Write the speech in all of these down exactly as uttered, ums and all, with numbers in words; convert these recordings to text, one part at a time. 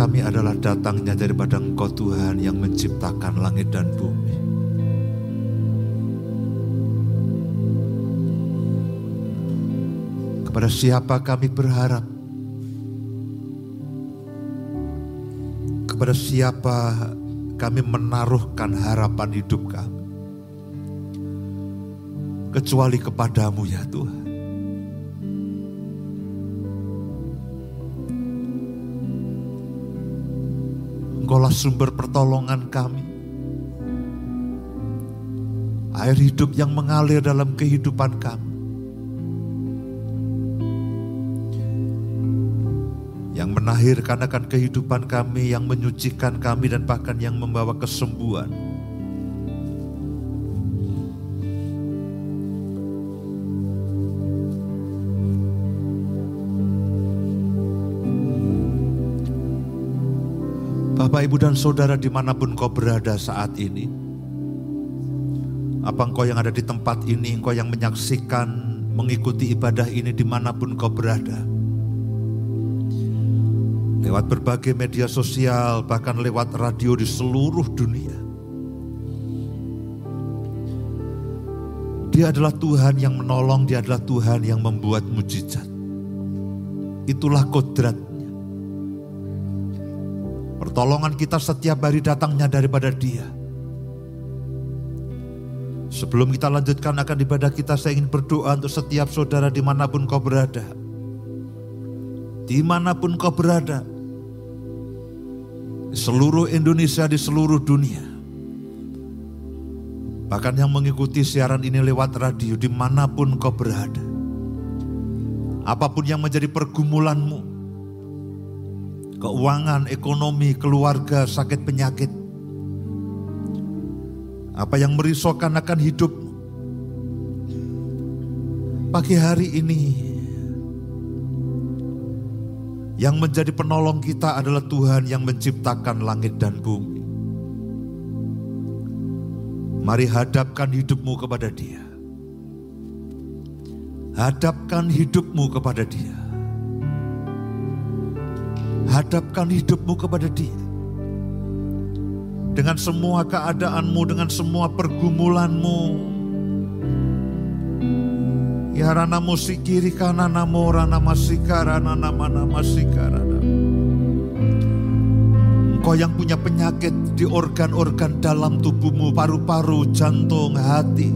kami adalah datangnya daripada Engkau Tuhan yang menciptakan langit dan bumi. Kepada siapa kami berharap? Kepada siapa kami menaruhkan harapan hidup kami? Kecuali kepadamu ya Tuhan. Engkaulah sumber pertolongan kami. Air hidup yang mengalir dalam kehidupan kami. Yang menahirkan akan kehidupan kami, yang menyucikan kami dan bahkan yang membawa kesembuhan. Bapak, Ibu, dan Saudara dimanapun kau berada saat ini. Apa engkau yang ada di tempat ini, engkau yang menyaksikan, mengikuti ibadah ini dimanapun kau berada. Lewat berbagai media sosial, bahkan lewat radio di seluruh dunia. Dia adalah Tuhan yang menolong, Dia adalah Tuhan yang membuat mujizat. Itulah kodratnya. Pertolongan kita setiap hari datangnya daripada Dia. Sebelum kita lanjutkan akan ibadah kita, saya ingin berdoa untuk setiap saudara dimanapun kau berada. Dimanapun kau berada. Di seluruh Indonesia, di seluruh dunia. Bahkan yang mengikuti siaran ini lewat radio, dimanapun kau berada. Apapun yang menjadi pergumulanmu, keuangan, ekonomi, keluarga, sakit penyakit, apa yang merisaukan akan hidupmu, pagi hari ini yang menjadi penolong kita adalah Tuhan yang menciptakan langit dan bumi. Mari hadapkan hidupmu kepada Dia. Hadapkan hidupmu kepada Dia. Hadapkan hidupmu kepada Dia. Dengan semua keadaanmu, dengan semua pergumulanmu. Ya rana musikiri kanana morana masikarana namana masikarana. Engkau yang punya penyakit di organ-organ dalam tubuhmu, paru-paru, jantung, hati,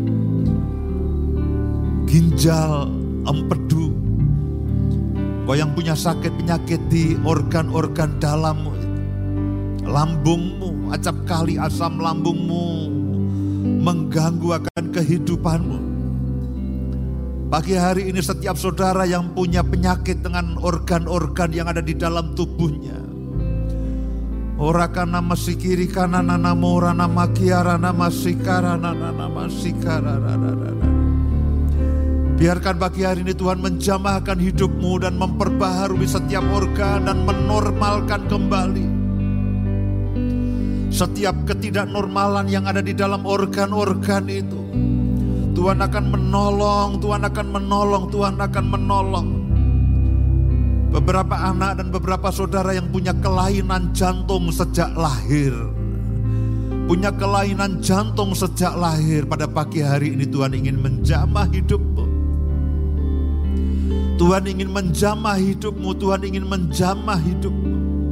ginjal, empedu. Engkau yang punya sakit penyakit di organ-organ dalammu, lambungmu, acap kali asam lambungmu mengganggu akan kehidupanmu. Pagi hari ini setiap saudara yang punya penyakit dengan organ-organ yang ada di dalam tubuhnya. Ora kana masikiri kana nana mora nama kiara nama sikara nana nama sikara. Biarkan pagi hari ini Tuhan menjamahkan hidupmu dan memperbaharui setiap organ dan menormalkan kembali setiap ketidaknormalan yang ada di dalam organ-organ itu. Tuhan akan menolong, Tuhan akan menolong, Tuhan akan menolong. Beberapa anak dan beberapa saudara yang punya kelainan jantung sejak lahir. Punya kelainan jantung sejak lahir. Pada pagi hari ini Tuhan ingin menjamah hidupmu. Tuhan ingin menjamah hidupmu, Tuhan ingin menjamah hidupmu.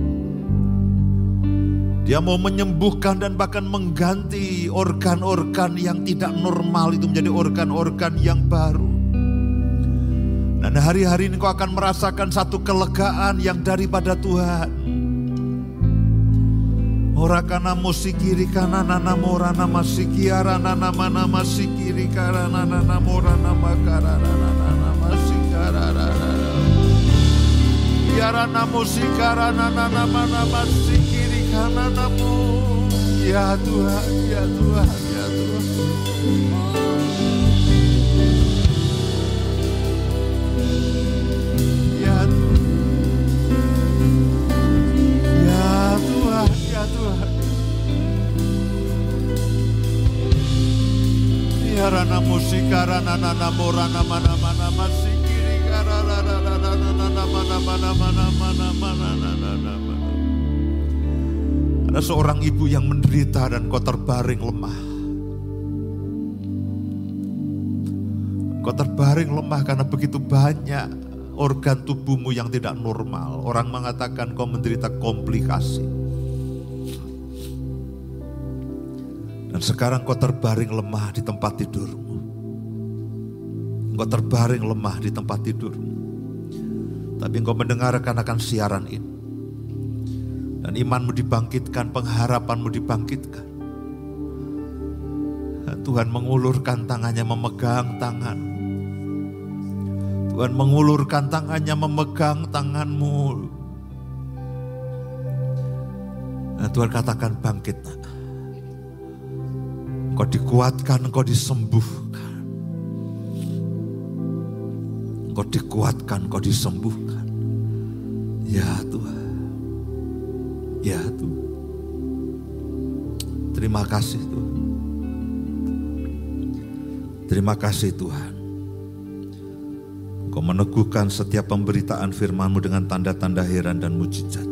Dia mau menyembuhkan dan bahkan mengganti organ-organ yang tidak normal itu menjadi organ-organ yang baru. Dan hari-hari ini kau akan merasakan satu kelegaan yang daripada Tuhan. Ora kana musikiri kana nana mora nama sikiara nana mana masikiri kana nana mora nama karana nana masikara. Biara namusikara nana mana masikiri. Karena namu, ya Tuhan, ya Tuhan, ya Tuhan. Ya Tuhan, ya Tuhan, ya Tuhan. Ya rana musikara nana namu rana mana mana masikiri karana nana nana mana mana mana mana mana mana mana. Ada seorang ibu yang menderita dan kau terbaring lemah. Kau terbaring lemah karena begitu banyak organ tubuhmu yang tidak normal. Orang mengatakan kau menderita komplikasi. Dan sekarang kau terbaring lemah di tempat tidurmu. Kau terbaring lemah di tempat tidurmu. Tapi engkau mendengarkan akan siaran ini. Dan imanmu dibangkitkan, pengharapanmu dibangkitkan. Tuhan mengulurkan tangannya memegang tanganmu. Tuhan mengulurkan tangannya memegang tanganmu. Nah, Tuhan katakan bangkit. Engkau dikuatkan, engkau disembuhkan. Engkau dikuatkan, engkau disembuhkan. Ya Tuhan. Ya Tuhan. Terima kasih Tuhan. Terima kasih Tuhan. Kau meneguhkan setiap pemberitaan firman-Mu dengan tanda-tanda heran dan mujizat.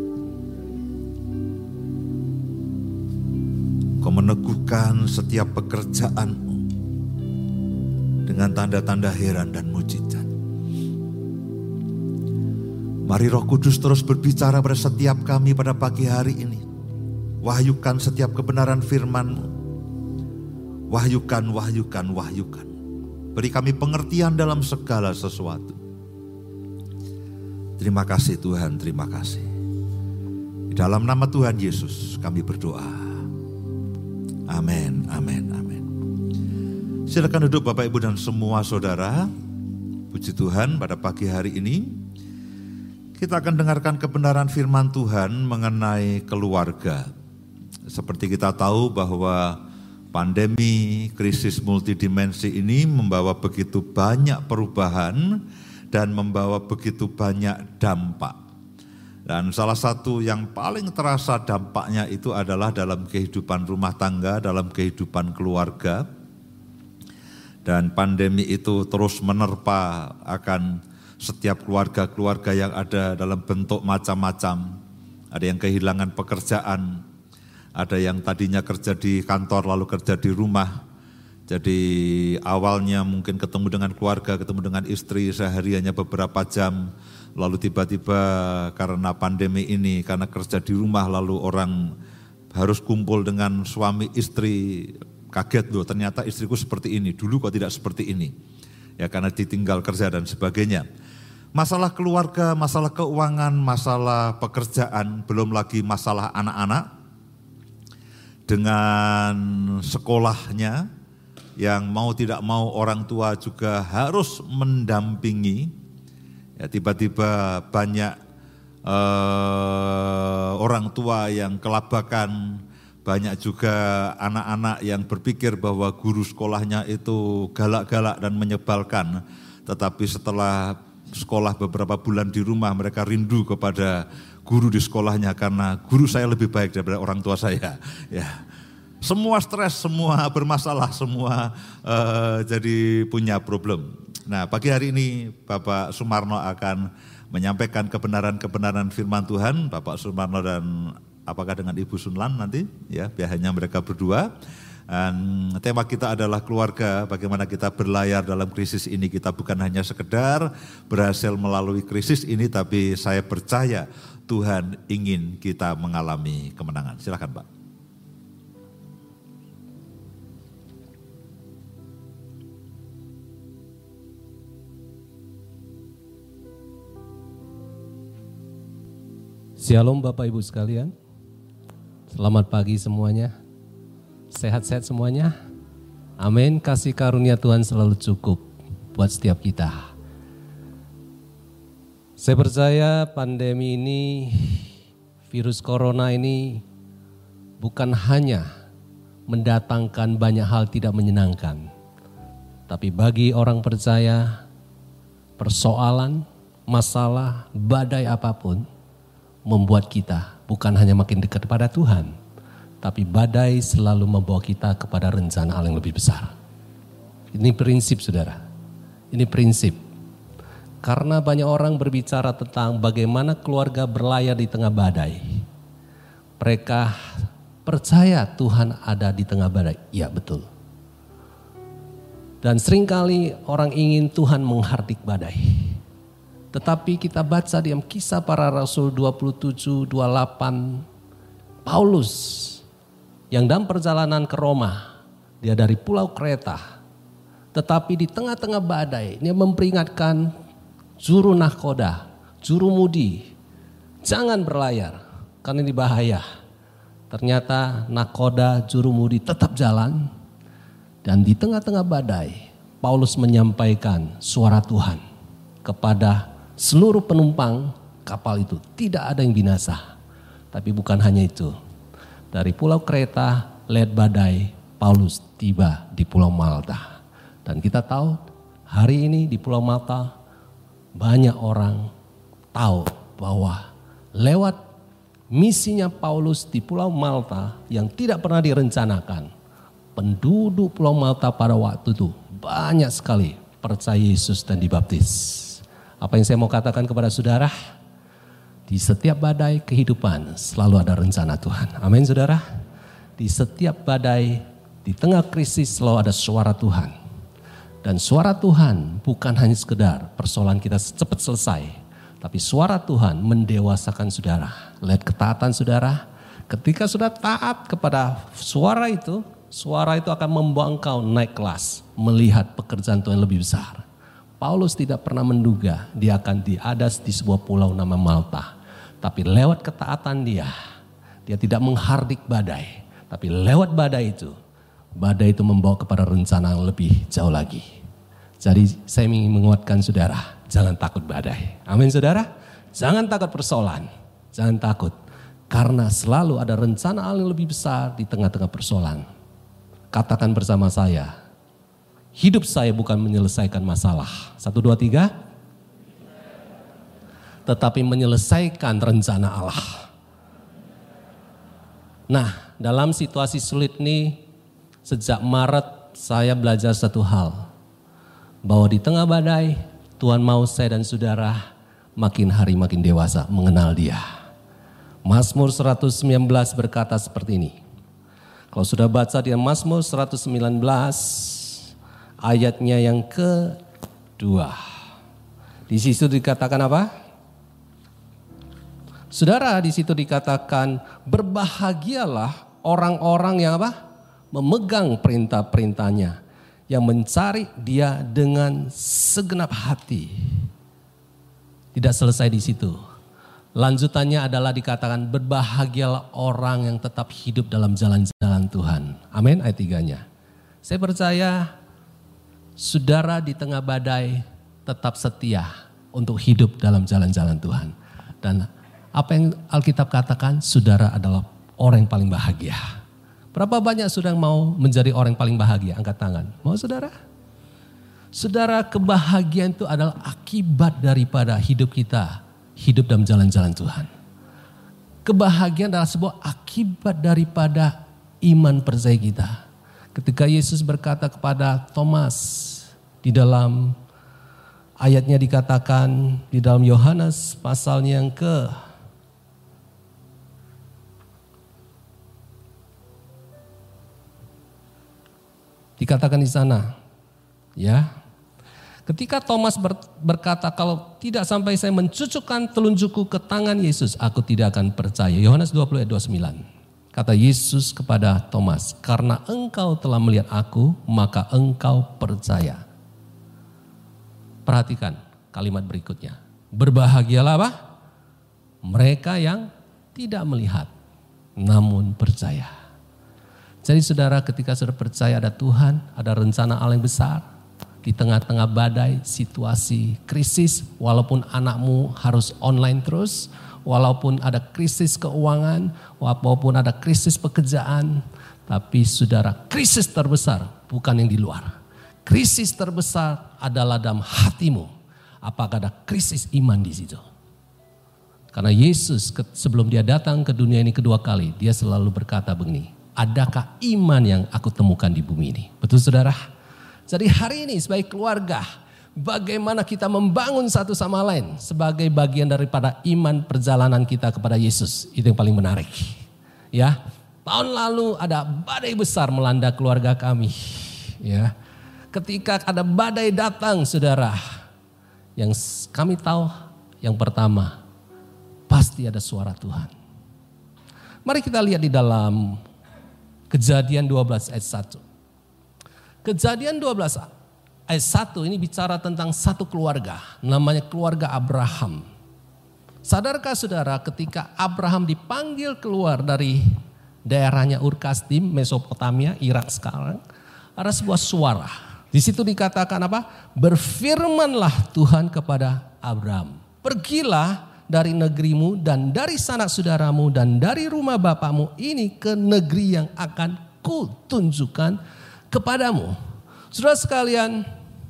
Kau meneguhkan setiap pekerjaan-Mu dengan tanda-tanda heran dan mujizat. Mari Roh Kudus terus berbicara pada setiap kami pada pagi hari ini. Wahyukan setiap kebenaran firman-Mu. Wahyukan, wahyukan, wahyukan. Beri kami pengertian dalam segala sesuatu. Terima kasih Tuhan, terima kasih. Di dalam nama Tuhan Yesus kami berdoa. Amin, amin, amin. Silakan duduk Bapak Ibu dan semua saudara. Puji Tuhan pada pagi hari ini. Kita akan dengarkan kebenaran firman Tuhan mengenai keluarga. Seperti kita tahu bahwa pandemi, krisis multidimensi ini membawa begitu banyak perubahan dan membawa begitu banyak dampak. Dan salah satu yang paling terasa dampaknya itu adalah dalam kehidupan rumah tangga, dalam kehidupan keluarga. Dan pandemi itu terus menerpa akan setiap keluarga-keluarga yang ada dalam bentuk macam-macam. Ada yang kehilangan pekerjaan, ada yang tadinya kerja di kantor lalu kerja di rumah. Jadi awalnya mungkin ketemu dengan keluarga, ketemu dengan istri sehari hanya beberapa jam. Lalu tiba-tiba karena pandemi ini, karena kerja di rumah lalu orang harus kumpul dengan suami istri. Kaget loh, ternyata istriku seperti ini, dulu kok tidak seperti ini. Ya karena ditinggal kerja dan sebagainya. Masalah keluarga, masalah keuangan, masalah pekerjaan, belum lagi masalah anak-anak. Dengan sekolahnya yang mau tidak mau orang tua juga harus mendampingi. Ya, tiba-tiba banyak eh, orang tua yang kelabakan, banyak juga anak-anak yang berpikir bahwa guru sekolahnya itu galak-galak dan menyebalkan. Tetapi setelah sekolah beberapa bulan di rumah mereka rindu kepada guru di sekolahnya karena guru saya lebih baik daripada orang tua saya. Ya, semua stres, semua bermasalah, semua uh, jadi punya problem. Nah, pagi hari ini Bapak Sumarno akan menyampaikan kebenaran-kebenaran firman Tuhan. Bapak Sumarno dan apakah dengan Ibu Sunlan nanti? Ya, biasanya mereka berdua. Dan tema kita adalah keluarga, bagaimana kita berlayar dalam krisis ini. Kita bukan hanya sekedar berhasil melalui krisis ini, tapi saya percaya Tuhan ingin kita mengalami kemenangan. Silakan Pak. Shalom Bapak Ibu sekalian. Selamat pagi semuanya. Sehat-sehat semuanya. Amin. Kasih karunia Tuhan selalu cukup buat setiap kita. Saya percaya pandemi ini, virus corona ini bukan hanya mendatangkan banyak hal tidak menyenangkan. Tapi bagi orang percaya, persoalan, masalah, badai apapun membuat kita bukan hanya makin dekat kepada Tuhan, tapi badai selalu membawa kita kepada rencana Allah yang lebih besar. Ini prinsip saudara, ini prinsip. Karena banyak orang berbicara tentang bagaimana keluarga berlayar di tengah badai. Mereka percaya Tuhan ada di tengah badai? Ya betul. Dan seringkali orang ingin Tuhan menghardik badai. Tetapi kita baca di Kisah Para Rasul dua puluh tujuh, dua puluh delapan, Paulus yang dalam perjalanan ke Roma, dia dari pulau Kreta. Tetapi di tengah-tengah badai, dia memperingatkan juru nahkoda, juru mudi, jangan berlayar karena ini bahaya. Ternyata nahkoda, juru mudi tetap jalan. Dan di tengah-tengah badai, Paulus menyampaikan suara Tuhan kepada seluruh penumpang kapal itu. Tidak ada yang binasa. Tapi bukan hanya itu. Dari pulau Kreta, lewat badai, Paulus tiba di pulau Malta. Dan kita tahu hari ini di pulau Malta banyak orang tahu bahwa lewat misinya Paulus di pulau Malta yang tidak pernah direncanakan, penduduk pulau Malta pada waktu itu banyak sekali percaya Yesus dan dibaptis. Apa yang saya mau katakan kepada saudara? Di setiap badai kehidupan selalu ada rencana Tuhan. Amin saudara. Di setiap badai, di tengah krisis selalu ada suara Tuhan. Dan suara Tuhan bukan hanya sekedar persoalan kita cepat selesai. Tapi suara Tuhan mendewasakan saudara. Lihat ketaatan saudara. Ketika sudah taat kepada suara itu, suara itu akan membawa engkau naik kelas. Melihat pekerjaan Tuhan lebih besar. Paulus tidak pernah menduga dia akan diadas di sebuah pulau nama Malta. Tapi lewat ketaatan dia, dia tidak menghardik badai. Tapi lewat badai itu, badai itu membawa kepada rencana yang lebih jauh lagi. Jadi saya ingin menguatkan saudara, jangan takut badai. Amin saudara, jangan takut persoalan, jangan takut. Karena selalu ada rencana Allah yang lebih besar di tengah-tengah persoalan. Katakan bersama saya, hidup saya bukan menyelesaikan masalah. Satu, dua, tiga. Tetapi menyelesaikan rencana Allah. Nah, dalam situasi sulit ini, sejak Maret saya belajar satu hal. Bahwa di tengah badai, Tuhan mau saya dan saudara makin hari makin dewasa mengenal Dia. Mazmur seratus sembilan belas berkata seperti ini. Kalau sudah baca di Mazmur seratus sembilan belas, ayatnya yang kedua. Di situ dikatakan apa? Saudara, di situ dikatakan berbahagialah orang-orang yang apa? Memegang perintah-perintahnya, yang mencari Dia dengan segenap hati. Tidak selesai di situ. Lanjutannya adalah dikatakan berbahagialah orang yang tetap hidup dalam jalan-jalan Tuhan. Amin, ayat tiganya. Saya percaya saudara di tengah badai tetap setia untuk hidup dalam jalan-jalan Tuhan. Dan apa yang Alkitab katakan, saudara adalah orang yang paling bahagia. Berapa banyak saudara yang mau menjadi orang yang paling bahagia? Angkat tangan. Mau saudara? Saudara, kebahagiaan itu adalah akibat daripada hidup kita. Hidup dalam jalan-jalan Tuhan. Kebahagiaan adalah sebuah akibat daripada iman percaya kita. Ketika Yesus berkata kepada Thomas, di dalam ayatnya dikatakan, di dalam Yohanes pasalnya yang ke dikatakan di sana, ya. Ketika Thomas ber, berkata, kalau tidak sampai saya mencucukkan telunjukku ke tangan Yesus, aku tidak akan percaya. Yohanes dua puluh ayat dua puluh sembilan. Kata Yesus kepada Thomas, karena engkau telah melihat aku, maka engkau percaya. Perhatikan kalimat berikutnya. Berbahagialah apa? Mereka yang tidak melihat, namun percaya. Jadi saudara, ketika saudara percaya ada Tuhan, ada rencana Allah yang besar, di tengah-tengah badai, situasi, krisis, walaupun anakmu harus online terus, walaupun ada krisis keuangan, walaupun ada krisis pekerjaan, tapi saudara, krisis terbesar bukan yang di luar. Krisis terbesar adalah dalam hatimu. Apakah ada krisis iman di situ? Karena Yesus sebelum dia datang ke dunia ini kedua kali, dia selalu berkata begini, adakah iman yang aku temukan di bumi ini? Betul saudara? Jadi hari ini sebagai keluarga, bagaimana kita membangun satu sama lain sebagai bagian daripada iman perjalanan kita kepada Yesus. Itu yang paling menarik. Ya, Tahun lalu ada badai besar melanda keluarga kami. Ya, ketika ada badai datang, saudara, yang kami tahu yang pertama pasti ada suara Tuhan. Mari kita lihat di dalam Kejadian dua belas ayat satu. Kejadian dua belas ayat satu ini bicara tentang satu keluarga, namanya keluarga Abraham. Sadarkah saudara, ketika Abraham dipanggil keluar dari daerahnya Ur Kasdim, Mesopotamia, Irak sekarang, ada sebuah suara. Di situ dikatakan apa? Berfirmanlah Tuhan kepada Abraham, pergilah dari negerimu dan dari sanak saudaramu dan dari rumah bapakmu ini ke negeri yang akan kutunjukkan kepadamu. Saudara sekalian,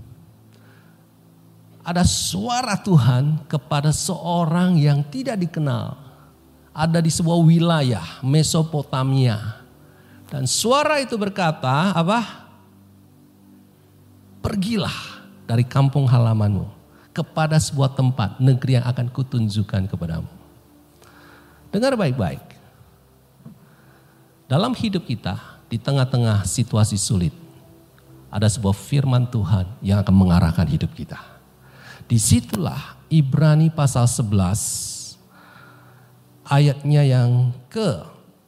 ada suara Tuhan kepada seorang yang tidak dikenal. Ada di sebuah wilayah Mesopotamia. Dan suara itu berkata, apa? Pergilah dari kampung halamanmu kepada sebuah tempat, negeri yang akan kutunjukkan kepadamu. Dengar baik-baik. Dalam hidup kita, di tengah-tengah situasi sulit, ada sebuah firman Tuhan yang akan mengarahkan hidup kita. Disitulah Ibrani pasal sebelas, ayatnya yang ke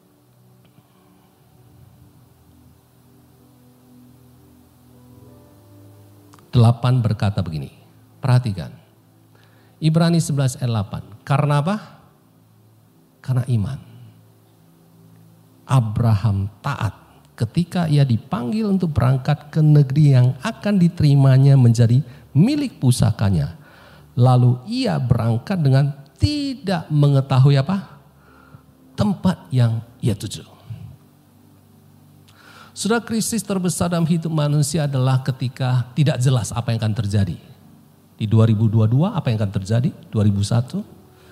delapan berkata begini. Perhatikan, Ibrani sebelas ayat delapan. Karena apa? Karena iman. Abraham taat ketika ia dipanggil untuk berangkat ke negeri yang akan diterimanya menjadi milik pusakanya. Lalu ia berangkat dengan tidak mengetahui apa? Tempat yang ia tuju. Saudara, krisis terbesar dalam hidup manusia adalah ketika tidak jelas apa yang akan terjadi. Di dua ribu dua puluh dua apa yang akan terjadi? dua ribu satu.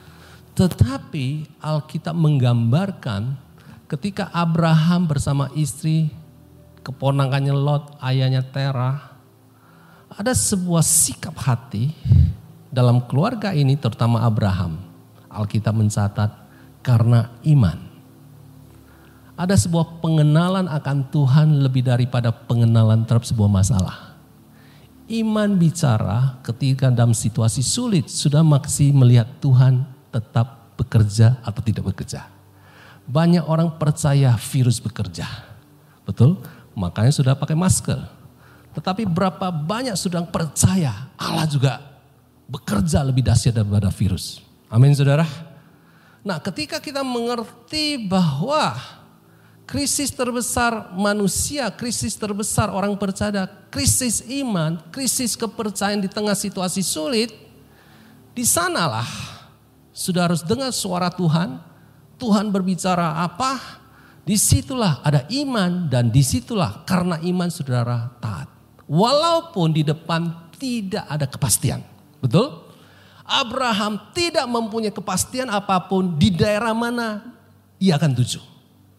Tetapi Alkitab menggambarkan ketika Abraham bersama istri, keponakannya Lot, ayahnya Terah, ada sebuah sikap hati dalam keluarga ini, terutama Abraham. Alkitab mencatat karena iman. Ada sebuah pengenalan akan Tuhan lebih daripada pengenalan terhadap sebuah masalah. Iman bicara ketika dalam situasi sulit sudah masih melihat Tuhan tetap bekerja atau tidak bekerja. Banyak orang percaya virus bekerja, betul? Makanya sudah pakai masker. Tetapi berapa banyak sudah percaya Allah juga bekerja lebih dahsyat daripada virus. Amin, saudara. Nah, ketika kita mengerti bahwa krisis terbesar manusia, krisis terbesar orang percaya, krisis iman, krisis kepercayaan di tengah situasi sulit, di sanalah sudah harus dengar suara Tuhan. Tuhan berbicara apa? Disitulah ada iman dan disitulah karena iman saudara taat. Walaupun di depan tidak ada kepastian, betul? Abraham tidak mempunyai kepastian apapun di daerah mana ia akan tuju.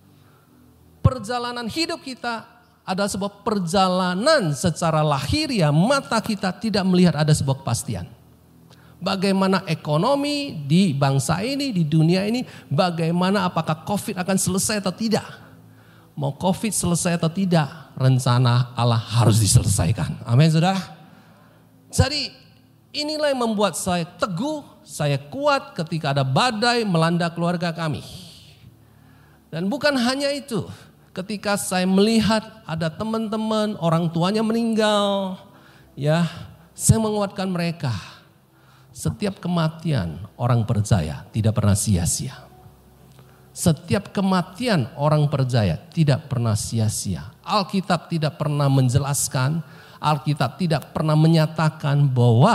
Perjalanan hidup kita adalah sebuah perjalanan secara lahiriah, mata kita tidak melihat ada sebuah kepastian. Bagaimana ekonomi di bangsa ini, di dunia ini, bagaimana apakah COVID akan selesai atau tidak. Mau COVID selesai atau tidak, rencana Allah harus diselesaikan. Amin, saudara. Jadi inilah yang membuat saya teguh, saya kuat ketika ada badai melanda keluarga kami. Dan bukan hanya itu. Ketika saya melihat ada teman-teman orang tuanya meninggal, ya, saya menguatkan mereka. Setiap kematian orang percaya tidak pernah sia-sia. Setiap kematian orang percaya tidak pernah sia-sia. Alkitab tidak pernah menjelaskan, Alkitab tidak pernah menyatakan bahwa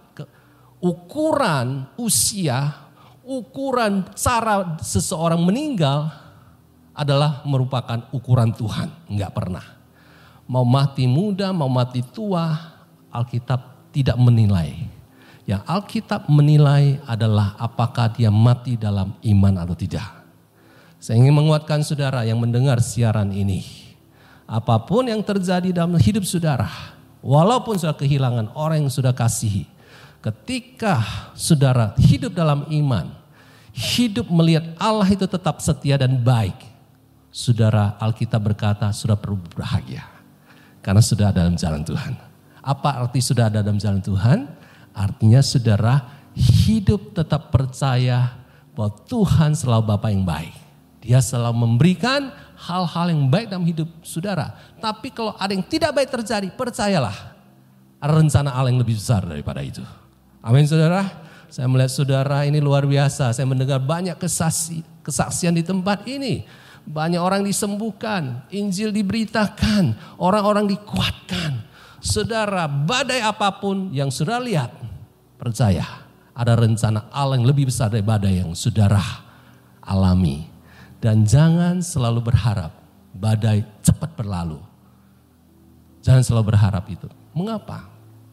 ukuran usia, ukuran cara seseorang meninggal adalah merupakan ukuran Tuhan. Enggak pernah. Mau mati muda, mau mati tua, Alkitab tidak menilai. Yang Alkitab menilai adalah apakah dia mati dalam iman atau tidak. Saya ingin menguatkan saudara yang mendengar siaran ini. Apapun yang terjadi dalam hidup saudara, walaupun sudah kehilangan orang yang sudah kasihi, ketika saudara hidup dalam iman, hidup melihat Allah itu tetap setia dan baik, Saudara, Alkitab berkata sudah perlu berbahagia. Karena sudah ada dalam jalan Tuhan. Apa arti sudah ada dalam jalan Tuhan? Artinya saudara hidup tetap percaya bahwa Tuhan selalu Bapa yang baik. Dia selalu memberikan hal-hal yang baik dalam hidup saudara. Tapi kalau ada yang tidak baik terjadi, percayalah. Ada rencana Allah yang lebih besar daripada itu. Amin saudara. Saya melihat saudara ini luar biasa. Saya mendengar banyak kesaksi, kesaksian di tempat ini. Banyak orang disembuhkan, Injil diberitakan, orang-orang dikuatkan. Saudara, badai apapun yang saudara lihat, percaya ada rencana Allah yang lebih besar dari badai yang saudara alami. Dan jangan selalu berharap badai cepat berlalu. Jangan selalu berharap itu. Mengapa?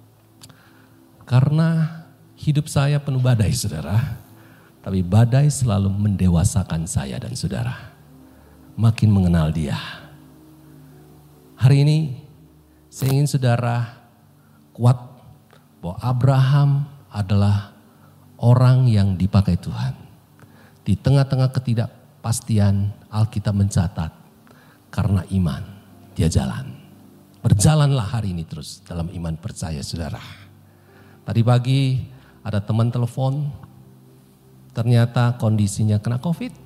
Karena hidup saya penuh badai saudara. Tapi badai selalu mendewasakan saya dan saudara. Makin mengenal dia. Hari ini saya ingin saudara kuat bahwa Abraham adalah orang yang dipakai Tuhan. Di tengah-tengah ketidakpastian Alkitab mencatat karena iman dia jalan. Berjalanlah hari ini terus dalam iman percaya saudara. Tadi pagi ada teman telepon, ternyata kondisinya kena COVID.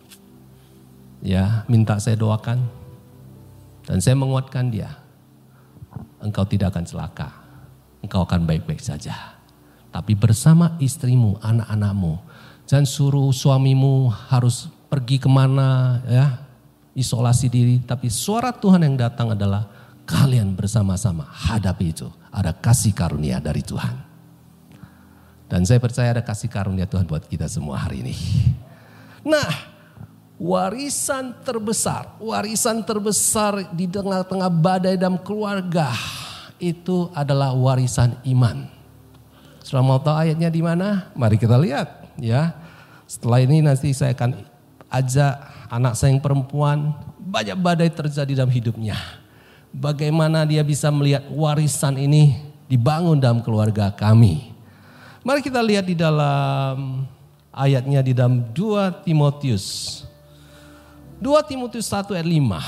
Ya, minta saya doakan. Dan saya menguatkan dia. Engkau tidak akan celaka. Engkau akan baik-baik saja. Tapi bersama istrimu, anak-anakmu. Jangan suruh suamimu harus pergi kemana, ya, isolasi diri. Tapi suara Tuhan yang datang adalah kalian bersama-sama hadapi itu. Ada kasih karunia dari Tuhan. Dan saya percaya ada kasih karunia Tuhan buat kita semua hari ini. Nah, warisan terbesar, warisan terbesar di tengah-tengah badai dalam keluarga itu adalah warisan iman. Sudah mau tahu ayatnya di mana? Mari kita lihat ya. Setelah ini nanti saya akan ajak anak saya yang perempuan, banyak badai terjadi dalam hidupnya. Bagaimana dia bisa melihat warisan ini dibangun dalam keluarga kami. Mari kita lihat di dalam ayatnya di dalam dua Timotius. dua Timotius satu ayat lima.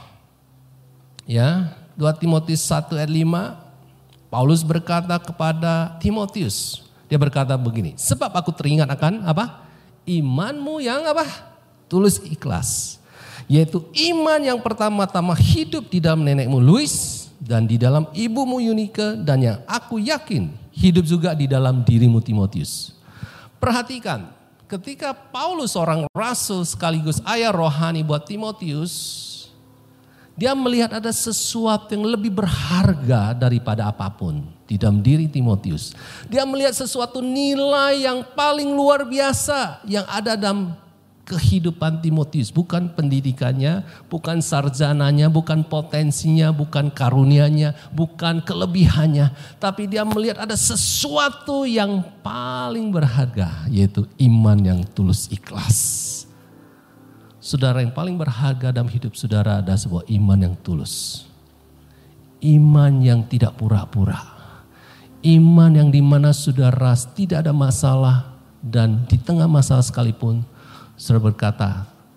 Ya, dua Timotius satu ayat lima. Paulus berkata kepada Timotius, dia berkata begini, sebab aku teringat akan apa? Imanmu yang apa? Tulus ikhlas. Yaitu iman yang pertama-tama hidup di dalam nenekmu Luis dan di dalam ibumu Yunike dan yang aku yakin hidup juga di dalam dirimu Timotius. Perhatikan. Ketika Paulus seorang rasul sekaligus ayah rohani buat Timotius, dia melihat ada sesuatu yang lebih berharga daripada apapun di dalam diri Timotius. Dia melihat sesuatu nilai yang paling luar biasa yang ada dalam kehidupan Timotius. Bukan pendidikannya, bukan sarjananya, bukan potensinya, bukan karunianya, bukan kelebihannya. Tapi dia melihat ada sesuatu yang paling berharga, yaitu iman yang tulus ikhlas. Saudara, yang paling berharga dalam hidup saudara adalah sebuah iman yang tulus. Iman yang tidak pura-pura. Iman yang dimana saudara tidak ada masalah dan di tengah masalah sekalipun, saudara berkata,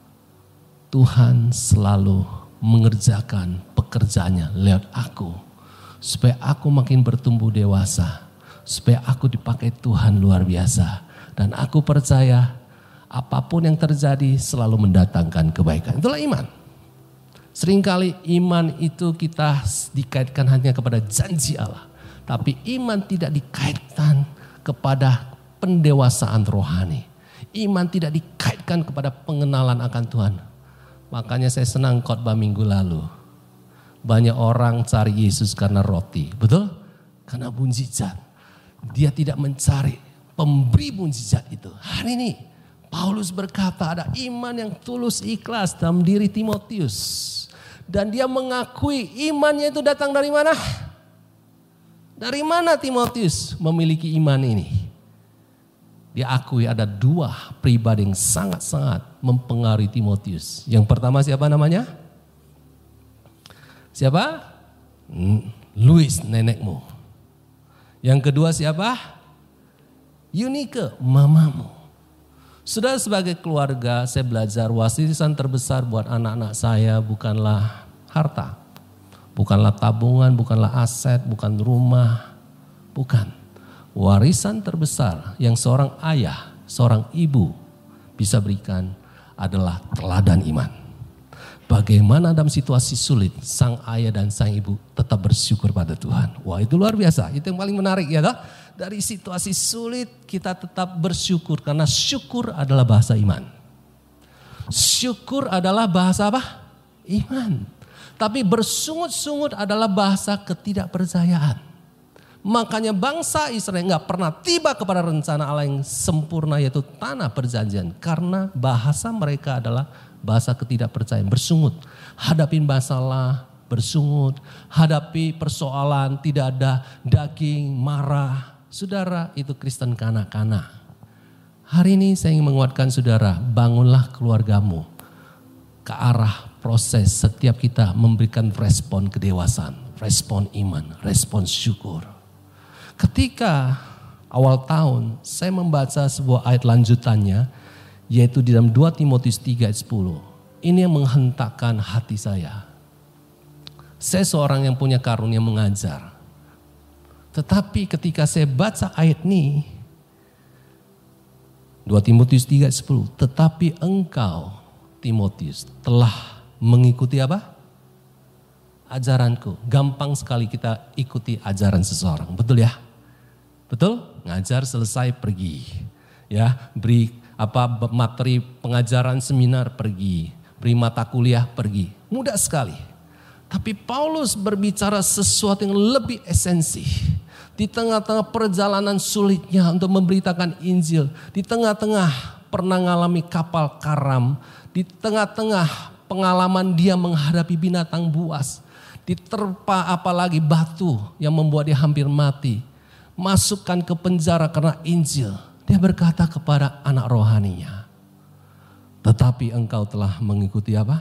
Tuhan selalu mengerjakan pekerjaannya lewat aku. Supaya aku makin bertumbuh dewasa. Supaya aku dipakai Tuhan luar biasa. Dan aku percaya apapun yang terjadi selalu mendatangkan kebaikan. Itulah iman. Seringkali iman itu kita dikaitkan hanya kepada janji Allah. Tapi iman tidak dikaitkan kepada pendewasaan rohani. Iman tidak dikaitkan kepada pengenalan akan Tuhan. Makanya saya senang khotbah minggu lalu. Banyak orang cari Yesus karena roti. Betul? Karena mukjizat. Dia tidak mencari pemberi mukjizat itu. Hari ini Paulus berkata ada iman yang tulus ikhlas dalam diri Timotius. Dan dia mengakui imannya itu datang dari mana? Dari mana Timotius memiliki iman ini? Dia akui ada dua pribadi yang sangat-sangat mempengaruhi Timotius. Yang pertama siapa namanya? Siapa? Luis, nenekmu. Yang kedua siapa? Yunike, mamamu. Sudah sebagai keluarga saya belajar warisan terbesar buat anak-anak saya bukanlah harta. Bukanlah tabungan, bukanlah aset, bukan rumah. Bukan. Warisan terbesar yang seorang ayah, seorang ibu bisa berikan adalah teladan iman. Bagaimana dalam situasi sulit sang ayah dan sang ibu tetap bersyukur pada Tuhan. Wah, itu luar biasa. Itu yang paling menarik ya. Tak? Dari situasi sulit kita tetap bersyukur karena syukur adalah bahasa iman. Syukur adalah bahasa apa? Iman. Tapi bersungut-sungut adalah bahasa ketidakpercayaan. Makanya bangsa Israel nggak pernah tiba kepada rencana Allah yang sempurna yaitu tanah perjanjian. Karena bahasa mereka adalah bahasa ketidakpercayaan. Bersungut, hadapin masalah, bersungut, hadapi persoalan, tidak ada daging, marah. Saudara, itu Kristen kanak-kanak. Hari ini saya ingin menguatkan saudara, bangunlah keluargamu ke arah proses setiap kita memberikan respon kedewasaan, respon iman, respon syukur. Ketika awal tahun saya membaca sebuah ayat lanjutannya, yaitu di dalam dua Timotius tiga ayat sepuluh. Ini yang menghentakkan hati saya. Saya seorang yang punya karunia mengajar. Tetapi ketika saya baca ayat ini, dua Timotius tiga ayat sepuluh, tetapi engkau Timotius telah mengikuti apa? Ajaranku. Gampang sekali kita ikuti ajaran seseorang, betul ya? Betul? Ngajar selesai pergi. Ya, beri apa materi pengajaran seminar pergi, beri mata kuliah pergi. Mudah sekali. Tapi Paulus berbicara sesuatu yang lebih esensi. Di tengah-tengah perjalanan sulitnya untuk memberitakan Injil. Di tengah-tengah pernah mengalami kapal karam. Di tengah-tengah pengalaman dia menghadapi binatang buas. Diterpa apalagi batu yang membuat dia hampir mati. Masukkan ke penjara karena Injil. Dia berkata kepada anak rohaninya. Tetapi engkau telah mengikuti apa?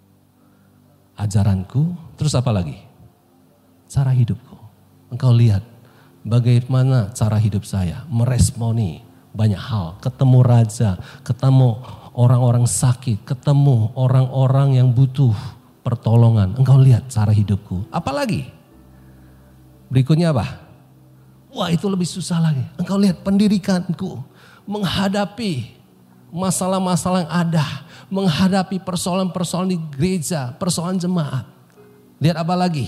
Ajaranku. Terus apa lagi? Cara hidupku. Engkau lihat. Bagaimana cara hidup saya meresponi banyak hal. Ketemu raja, ketemu orang-orang sakit, ketemu orang-orang yang butuh pertolongan. Engkau lihat cara hidupku. Apalagi? Berikutnya apa? Wah, itu lebih susah lagi. Engkau lihat pendidikanku. Menghadapi masalah-masalah yang ada. Menghadapi persoalan-persoalan di gereja, persoalan jemaat. Lihat apa lagi?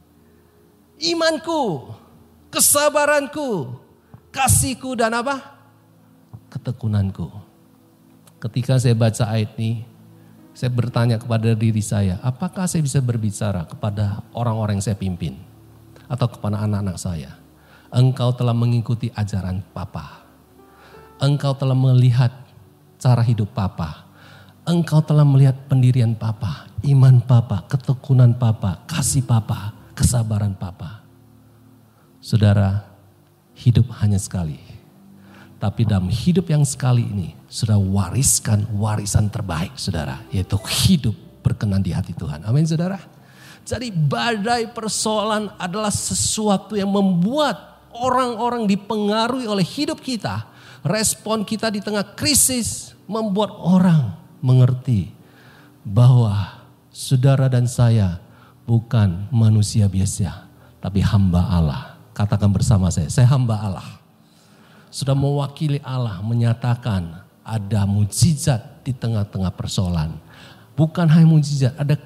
Imanku. Kesabaranku, kasihku dan apa? Ketekunanku. Ketika saya baca ayat ini, saya bertanya kepada diri saya, apakah saya bisa berbicara kepada orang-orang yang saya pimpin? Atau kepada anak-anak saya? Engkau telah mengikuti ajaran Papa. Engkau telah melihat cara hidup Papa. Engkau telah melihat pendirian Papa, iman Papa, ketekunan Papa, kasih Papa, kesabaran Papa. Saudara, hidup hanya sekali. Tapi dalam hidup yang sekali ini, sudah wariskan warisan terbaik saudara. Yaitu hidup berkenan di hati Tuhan. Amin saudara. Jadi badai persoalan adalah sesuatu yang membuat orang-orang dipengaruhi oleh hidup kita. Respon kita di tengah krisis membuat orang mengerti bahwa saudara dan saya bukan manusia biasa. Tapi hamba Allah. Katakan bersama saya, saya hamba Allah. Sudah mewakili Allah menyatakan ada mujizat di tengah-tengah persoalan. Bukan hanya mujizat, ada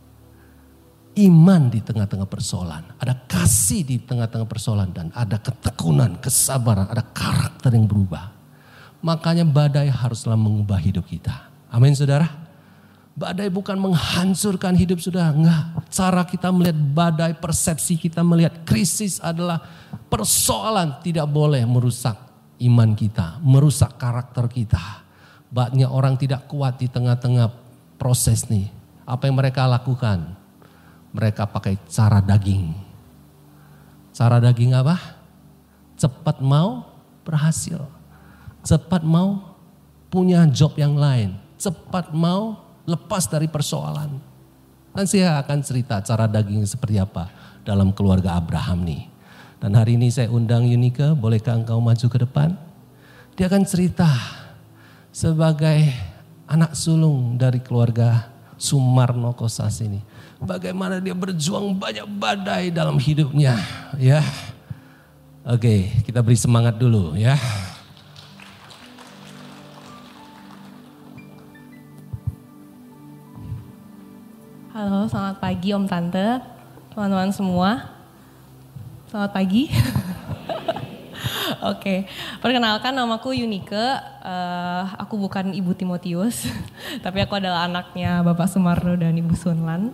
iman di tengah-tengah persoalan. Ada kasih di tengah-tengah persoalan dan ada ketekunan, kesabaran, ada karakter yang berubah. Makanya badai haruslah mengubah hidup kita. Amin saudara. Badai bukan menghancurkan hidup sudah, enggak. Cara kita melihat badai, persepsi kita melihat krisis adalah persoalan tidak boleh merusak iman kita, merusak karakter kita. Banyak orang tidak kuat di tengah-tengah proses nih. Apa yang mereka lakukan? Mereka pakai cara daging. Cara daging apa? Cepat mau berhasil. Cepat mau punya job yang lain. Cepat mau lepas dari persoalan. Dan saya akan cerita cara daging seperti apa dalam keluarga Abraham nih. Dan hari ini saya undang Yunike, bolehkah engkau maju ke depan? Dia akan cerita sebagai anak sulung dari keluarga Sumarno Kosas ini. Bagaimana dia berjuang banyak badai dalam hidupnya, ya. Oke, kita beri semangat dulu, ya. Halo, selamat pagi Om Tante, teman-teman semua. Selamat pagi. Oke, perkenalkan namaku Yunike, uh, aku bukan Ibu Timotius, tapi aku adalah anaknya Bapak Sumarno dan Ibu Sunlan.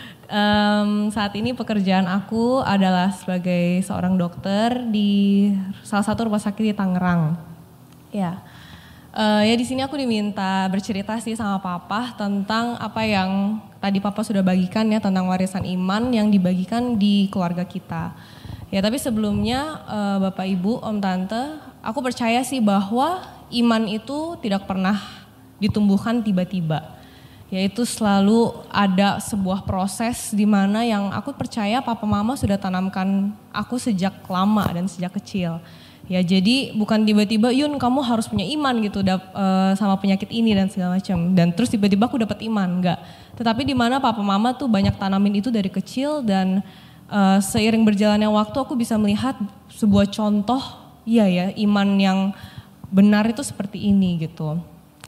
Um, saat ini pekerjaan aku adalah sebagai seorang dokter di salah satu rumah sakit di Tangerang. Ya, uh, ya di sini aku diminta bercerita sih sama Papa tentang apa yang tadi Papa sudah bagikan ya, tentang warisan iman yang dibagikan di keluarga kita. Ya tapi sebelumnya uh, Bapak Ibu, Om Tante, aku percaya sih bahwa iman itu tidak pernah ditumbuhkan tiba-tiba. Yaitu selalu ada sebuah proses di mana yang aku percaya Papa Mama sudah tanamkan aku sejak lama dan sejak kecil. Ya jadi bukan tiba-tiba Yun kamu harus punya iman gitu dap, uh, sama penyakit ini dan segala macam. Dan terus tiba-tiba aku dapat iman, enggak. Tetapi di mana Papa Mama tuh banyak tanamin itu dari kecil dan Uh, seiring berjalannya waktu aku bisa melihat sebuah contoh, iya ya, iman yang benar itu seperti ini gitu.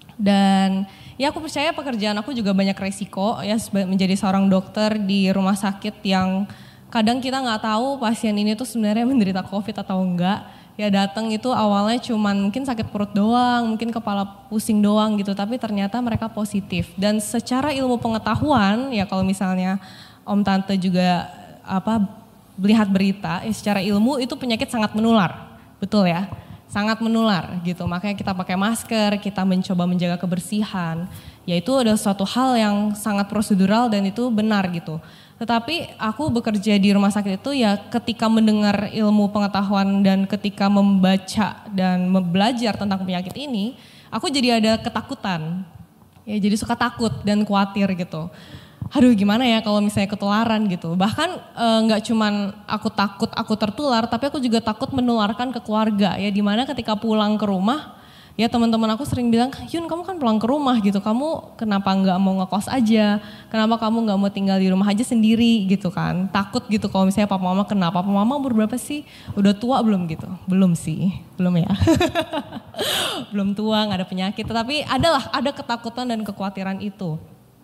Dan ya aku percaya pekerjaan aku juga banyak resiko ya, menjadi seorang dokter di rumah sakit yang kadang kita nggak tahu pasien ini tuh sebenarnya menderita COVID atau enggak. Ya datang itu awalnya cuman mungkin sakit perut doang, mungkin kepala pusing doang gitu, tapi ternyata mereka positif. Dan secara ilmu pengetahuan ya kalau misalnya Om Tante juga apa melihat berita, ya secara ilmu itu penyakit sangat menular, betul ya, sangat menular gitu. Makanya kita pakai masker, kita mencoba menjaga kebersihan, yaitu adalah suatu hal yang sangat prosedural dan itu benar gitu. Tetapi aku bekerja di rumah sakit itu ya ketika mendengar ilmu pengetahuan dan ketika membaca dan belajar tentang penyakit ini, aku jadi ada ketakutan, ya jadi suka takut dan khawatir gitu. Aduh gimana ya kalau misalnya ketularan gitu. Bahkan nggak e, cuman aku takut aku tertular, tapi aku juga takut menularkan ke keluarga. Ya dimana ketika pulang ke rumah, ya teman-teman aku sering bilang, Yun kamu kan pulang ke rumah gitu, kamu kenapa nggak mau ngekos aja? Kenapa kamu nggak mau tinggal di rumah aja sendiri gitu kan? Takut gitu kalau misalnya papa mama kena. Papa mama umur berapa sih? Udah tua belum gitu? Belum sih, belum ya. Belum tua, nggak ada penyakit. Tetapi adalah ada ketakutan dan kekhawatiran itu.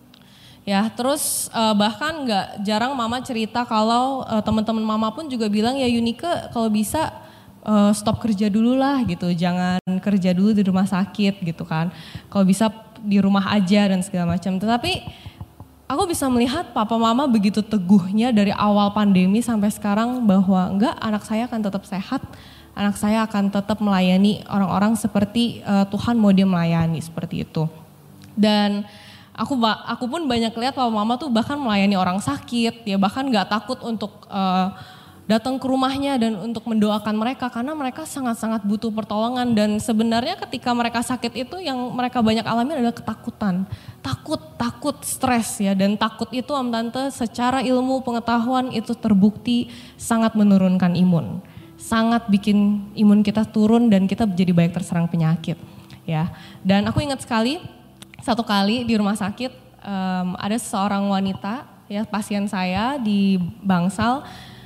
Ya, terus uh, bahkan nggak jarang mama cerita kalau uh, teman-teman mama pun juga bilang ya Yunike kalau bisa uh, stop kerja dulu lah gitu, jangan kerja dulu di rumah sakit gitu kan. Kalau bisa di rumah aja dan segala macam. Tetapi aku bisa melihat papa mama begitu teguhnya dari awal pandemi sampai sekarang bahwa enggak, anak saya akan tetap sehat, anak saya akan tetap melayani orang-orang seperti uh, Tuhan mau dia melayani seperti itu. Dan Aku aku pun banyak lihat papa mama tuh bahkan melayani orang sakit, ya bahkan nggak takut untuk uh, datang ke rumahnya dan untuk mendoakan mereka karena mereka sangat-sangat butuh pertolongan. Dan sebenarnya ketika mereka sakit itu yang mereka banyak alami adalah ketakutan, takut, takut, stres ya. Dan takut itu Om Tante secara ilmu pengetahuan itu terbukti sangat menurunkan imun, sangat bikin imun kita turun dan kita jadi banyak terserang penyakit ya. Dan aku ingat sekali satu kali di rumah sakit um, ada seorang wanita ya pasien saya di Bangsal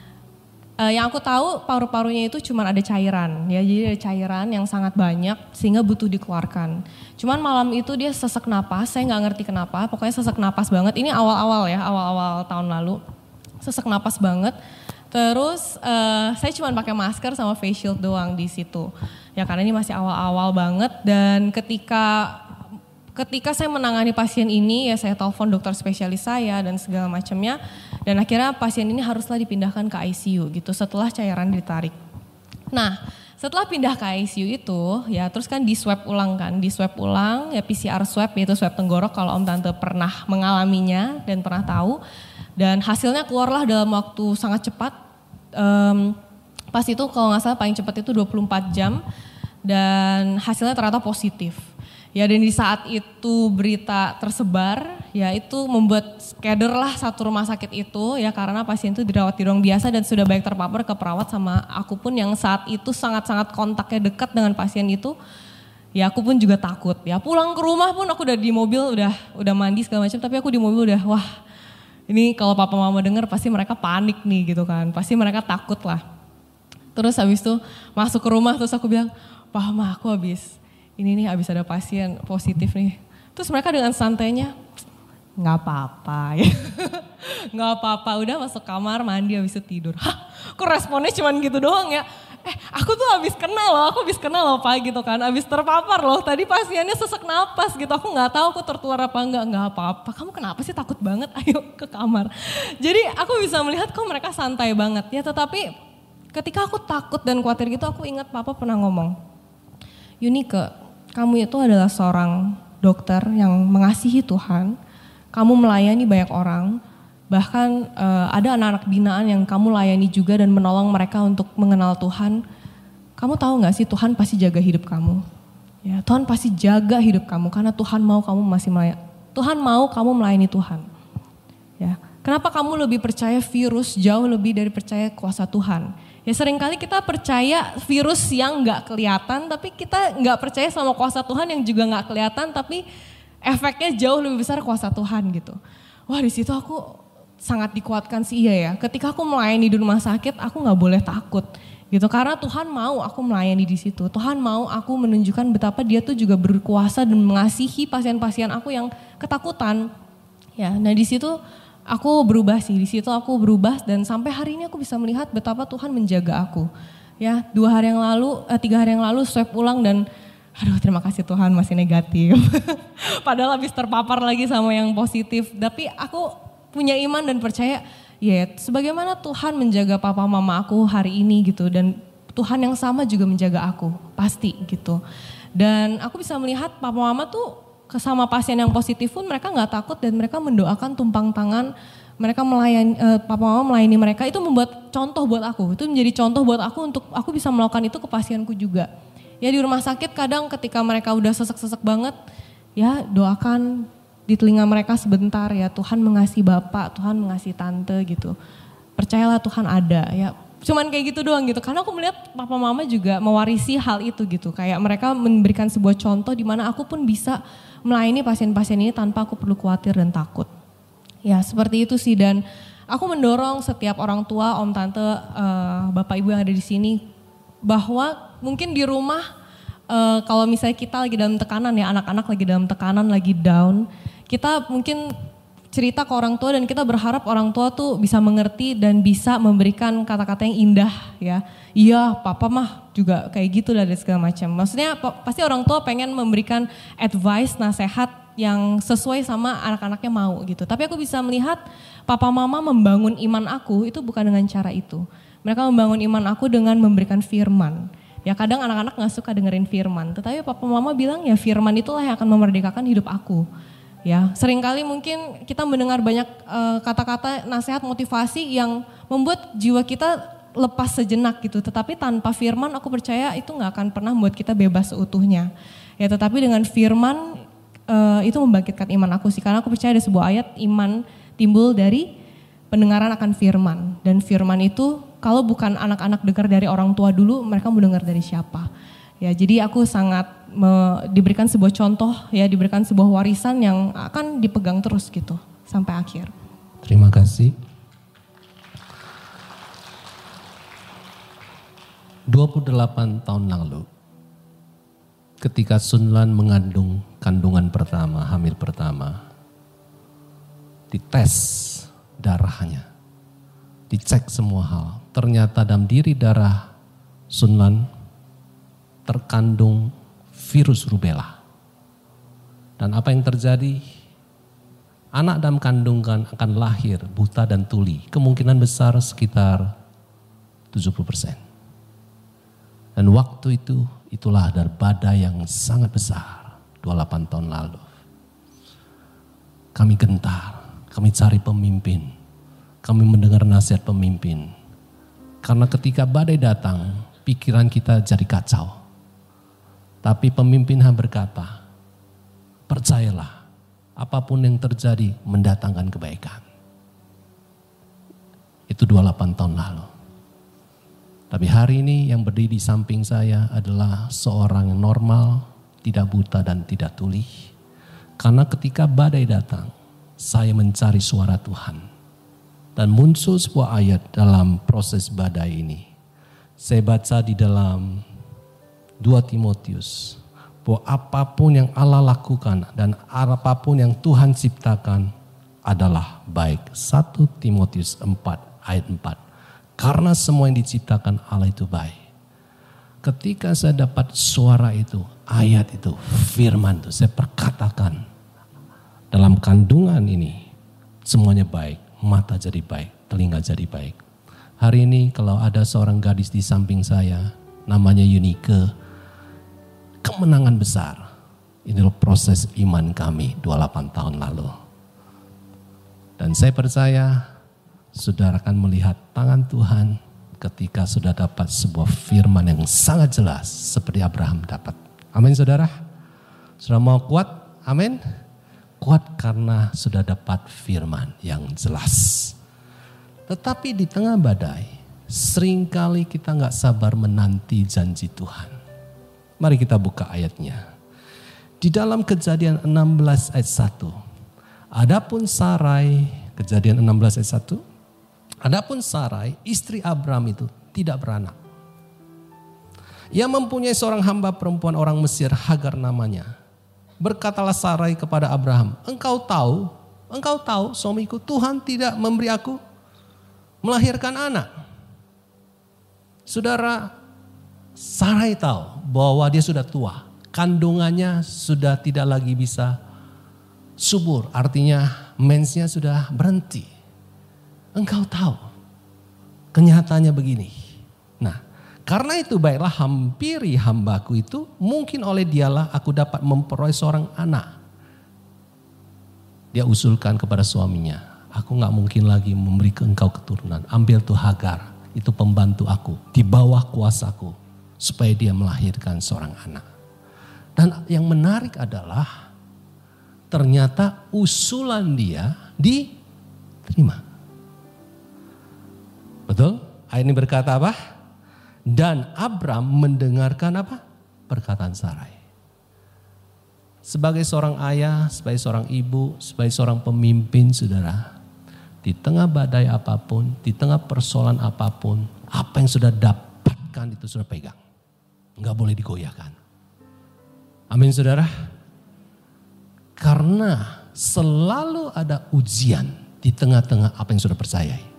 uh, yang aku tahu paru-parunya itu cuma ada cairan ya, jadi ada cairan yang sangat banyak sehingga butuh dikeluarkan. Cuman malam itu dia sesak napas, saya nggak ngerti kenapa, pokoknya sesak napas banget. Ini awal-awal ya, awal-awal tahun lalu sesak napas banget. Terus uh, saya cuma pakai masker sama face shield doang di situ ya karena ini masih awal-awal banget. Dan ketika Ketika saya menangani pasien ini ya saya telepon dokter spesialis saya dan segala macamnya. Dan akhirnya pasien ini haruslah dipindahkan ke I C U gitu setelah cairan ditarik. Nah setelah pindah ke I C U itu ya terus kan di swab ulang kan. Di swab ulang ya P C R swab yaitu swab tenggorok kalau Om Tante pernah mengalaminya dan pernah tahu. Dan hasilnya keluarlah dalam waktu sangat cepat. Um, pas itu kalau nggak salah paling cepat itu dua puluh empat jam. Dan hasilnya ternyata positif. Ya dan di saat itu berita tersebar ya itu membuat keder lah satu rumah sakit itu ya karena pasien itu dirawat di ruang biasa dan sudah banyak terpapar ke perawat sama aku pun yang saat itu sangat-sangat kontaknya dekat dengan pasien itu. Ya aku pun juga takut. Ya pulang ke rumah pun aku udah di mobil, udah udah mandi segala macam. Tapi aku di mobil udah, wah ini kalau papa mama denger pasti mereka panik nih gitu kan. Pasti mereka takut lah. Terus habis itu masuk ke rumah terus aku bilang, Pak Ma aku habis, ini nih habis ada pasien positif nih. Terus mereka dengan santainya, nggak apa-apa ya. Nggak apa-apa, udah masuk kamar mandi habis itu tidur. Hah kok responnya cuman gitu doang ya. Eh aku tuh habis kena loh, aku habis kena loh Pak gitu kan, habis terpapar loh. Tadi pasiennya sesak napas gitu, aku nggak tahu aku tertular apa enggak, nggak apa-apa. Kamu kenapa sih takut banget? Ayo ke kamar. Jadi aku bisa melihat kok mereka santai banget ya. Tetapi ketika aku takut dan khawatir gitu, aku ingat Papa pernah ngomong, Yunike, kamu itu adalah seorang dokter yang mengasihi Tuhan, kamu melayani banyak orang. Bahkan uh, ada anak-anak binaan yang kamu layani juga dan menolong mereka untuk mengenal Tuhan. Kamu tahu gak sih Tuhan pasti jaga hidup kamu. Ya, Tuhan pasti jaga hidup kamu karena Tuhan mau kamu masih melayani. Tuhan mau kamu melayani Tuhan. Ya, kenapa kamu lebih percaya virus jauh lebih dari percaya kuasa Tuhan? Ya seringkali kita percaya virus yang gak kelihatan, tapi kita gak percaya sama kuasa Tuhan yang juga gak kelihatan, tapi efeknya jauh lebih besar kuasa Tuhan gitu. Wah di situ aku sangat dikuatkan sih iya ya. Ketika aku melayani di rumah sakit, aku nggak boleh takut gitu. Karena Tuhan mau aku melayani di situ. Tuhan mau aku menunjukkan betapa Dia tuh juga berkuasa dan mengasihi pasien-pasien aku yang ketakutan. Ya, nah di situ aku berubah sih. Di situ aku berubah dan sampai hari ini aku bisa melihat betapa Tuhan menjaga aku. Ya, dua hari yang lalu, eh, tiga hari yang lalu swab ulang dan aduh terima kasih Tuhan masih negatif. Padahal habis terpapar lagi sama yang positif. Tapi aku punya iman dan percaya, ya sebagaimana Tuhan menjaga papa mama aku hari ini gitu. Dan Tuhan yang sama juga menjaga aku, pasti gitu. Dan aku bisa melihat papa mama tuh sama pasien yang positif pun mereka gak takut dan mereka mendoakan tumpang tangan. Mereka melayani, eh, papa mama melayani mereka, itu membuat contoh buat aku. Itu menjadi contoh buat aku untuk aku bisa melakukan itu ke pasienku juga. Ya di rumah sakit kadang ketika mereka udah sesek-sesek banget, ya doakan di telinga mereka sebentar ya, Tuhan mengasihi bapak, Tuhan mengasihi tante gitu. Percayalah Tuhan ada ya. Cuman kayak gitu doang gitu. Karena aku melihat papa mama juga mewarisi hal itu gitu. Kayak mereka memberikan sebuah contoh di mana aku pun bisa melayani pasien-pasien ini tanpa aku perlu khawatir dan takut. Ya seperti itu sih, dan aku mendorong setiap orang tua, om tante, uh, bapak ibu yang ada di sini bahwa mungkin di rumah uh, kalau misalnya kita lagi dalam tekanan ya, anak-anak lagi dalam tekanan, lagi down, kita mungkin cerita ke orang tua dan kita berharap orang tua tuh bisa mengerti dan bisa memberikan kata-kata yang indah ya. Iya papa mah juga kayak gitu lah dan segala macam. Maksudnya pasti orang tua pengen memberikan advice, nasihat yang sesuai sama anak-anaknya mau gitu. Tapi aku bisa melihat papa mama membangun iman aku itu bukan dengan cara itu. Mereka membangun iman aku dengan memberikan firman. Ya kadang anak-anak gak suka dengerin firman. Tetapi papa mama bilang ya firman itulah yang akan memerdekakan hidup aku. Ya, seringkali mungkin kita mendengar banyak uh, kata-kata nasihat motivasi yang membuat jiwa kita lepas sejenak gitu. Tetapi tanpa firman aku percaya itu gak akan pernah membuat kita bebas seutuhnya. Ya, tetapi dengan firman uh, itu membangkitkan iman aku sih. Karena aku percaya ada sebuah ayat iman timbul dari pendengaran akan firman. Dan firman itu kalau bukan anak-anak dengar dari orang tua dulu, mereka mau dengar dari siapa? Ya, jadi aku sangat me, diberikan sebuah contoh, ya diberikan sebuah warisan yang akan dipegang terus gitu sampai akhir. Terima kasih. dua puluh delapan tahun lalu, ketika Sunlan mengandung kandungan pertama, hamil pertama, dites darahnya, dicek semua hal. Ternyata dalam diri darah Sunlan terkandung virus rubella. Dan apa yang terjadi? Anak dalam kandungan akan lahir buta dan tuli. Kemungkinan besar sekitar tujuh puluh persen. Dan waktu itu, itulah ada badai yang sangat besar. dua puluh delapan tahun lalu. Kami gentar, kami cari pemimpin. Kami mendengar nasihat pemimpin. Karena ketika badai datang, pikiran kita jadi kacau. Tapi pemimpin berkata, percayalah, apapun yang terjadi mendatangkan kebaikan. Itu dua puluh delapan tahun lalu. Tapi hari ini yang berdiri di samping saya adalah seorang yang normal, tidak buta dan tidak tuli. Karena ketika badai datang, saya mencari suara Tuhan. Dan muncul sebuah ayat dalam proses badai ini. Saya baca di dalam dua Timotius. Bahwa apapun yang Allah lakukan dan apapun yang Tuhan ciptakan adalah baik. satu Timotius empat ayat empat. Karena semua yang diciptakan Allah itu baik. Ketika saya dapat suara itu, ayat itu, firman itu, saya perkatakan dalam kandungan ini semuanya baik. Mata jadi baik, telinga jadi baik. Hari ini kalau ada seorang gadis di samping saya, namanya Yunike, kemenangan besar. Inilah proses iman kami dua puluh delapan tahun lalu. Dan saya percaya saudara akan melihat tangan Tuhan ketika sudah dapat sebuah firman yang sangat jelas seperti Abraham dapat. Amin saudara. Sudah mau kuat? Amin. Kuat karena sudah dapat firman yang jelas. Tetapi di tengah badai, seringkali kita gak sabar menanti janji Tuhan. Mari kita buka ayatnya. Di dalam Kejadian enam belas ayat satu. Adapun Sarai, Kejadian enam belas ayat satu. Adapun Sarai, istri Abram itu tidak beranak. Ia mempunyai seorang hamba perempuan orang Mesir, Hagar namanya. Berkatalah Sarai kepada Abraham, engkau tahu, engkau tahu suamiku, Tuhan tidak memberi aku melahirkan anak. Saudara, Sarai tahu bahwa dia sudah tua, kandungannya sudah tidak lagi bisa subur, artinya mensnya sudah berhenti. Engkau tahu, kenyataannya begini. Nah, karena itu baiklah hampiri hambaku itu, mungkin oleh dialah aku dapat memperoleh seorang anak. Dia usulkan kepada suaminya, aku gak mungkin lagi memberi ke engkau keturunan. Ambil tuh Hagar, itu pembantu aku, di bawah kuasaku, supaya dia melahirkan seorang anak. Dan yang menarik adalah, ternyata usulan dia diterima. Betul? Ayat ini berkata apa? Dan Abram mendengarkan apa? Perkataan Sarai. Sebagai seorang ayah, sebagai seorang ibu, sebagai seorang pemimpin saudara. Di tengah badai apapun, di tengah persoalan apapun, apa yang sudah dapatkan itu sudah pegang. Enggak boleh digoyahkan. Amin saudara. Karena selalu ada ujian di tengah-tengah apa yang sudah percayai.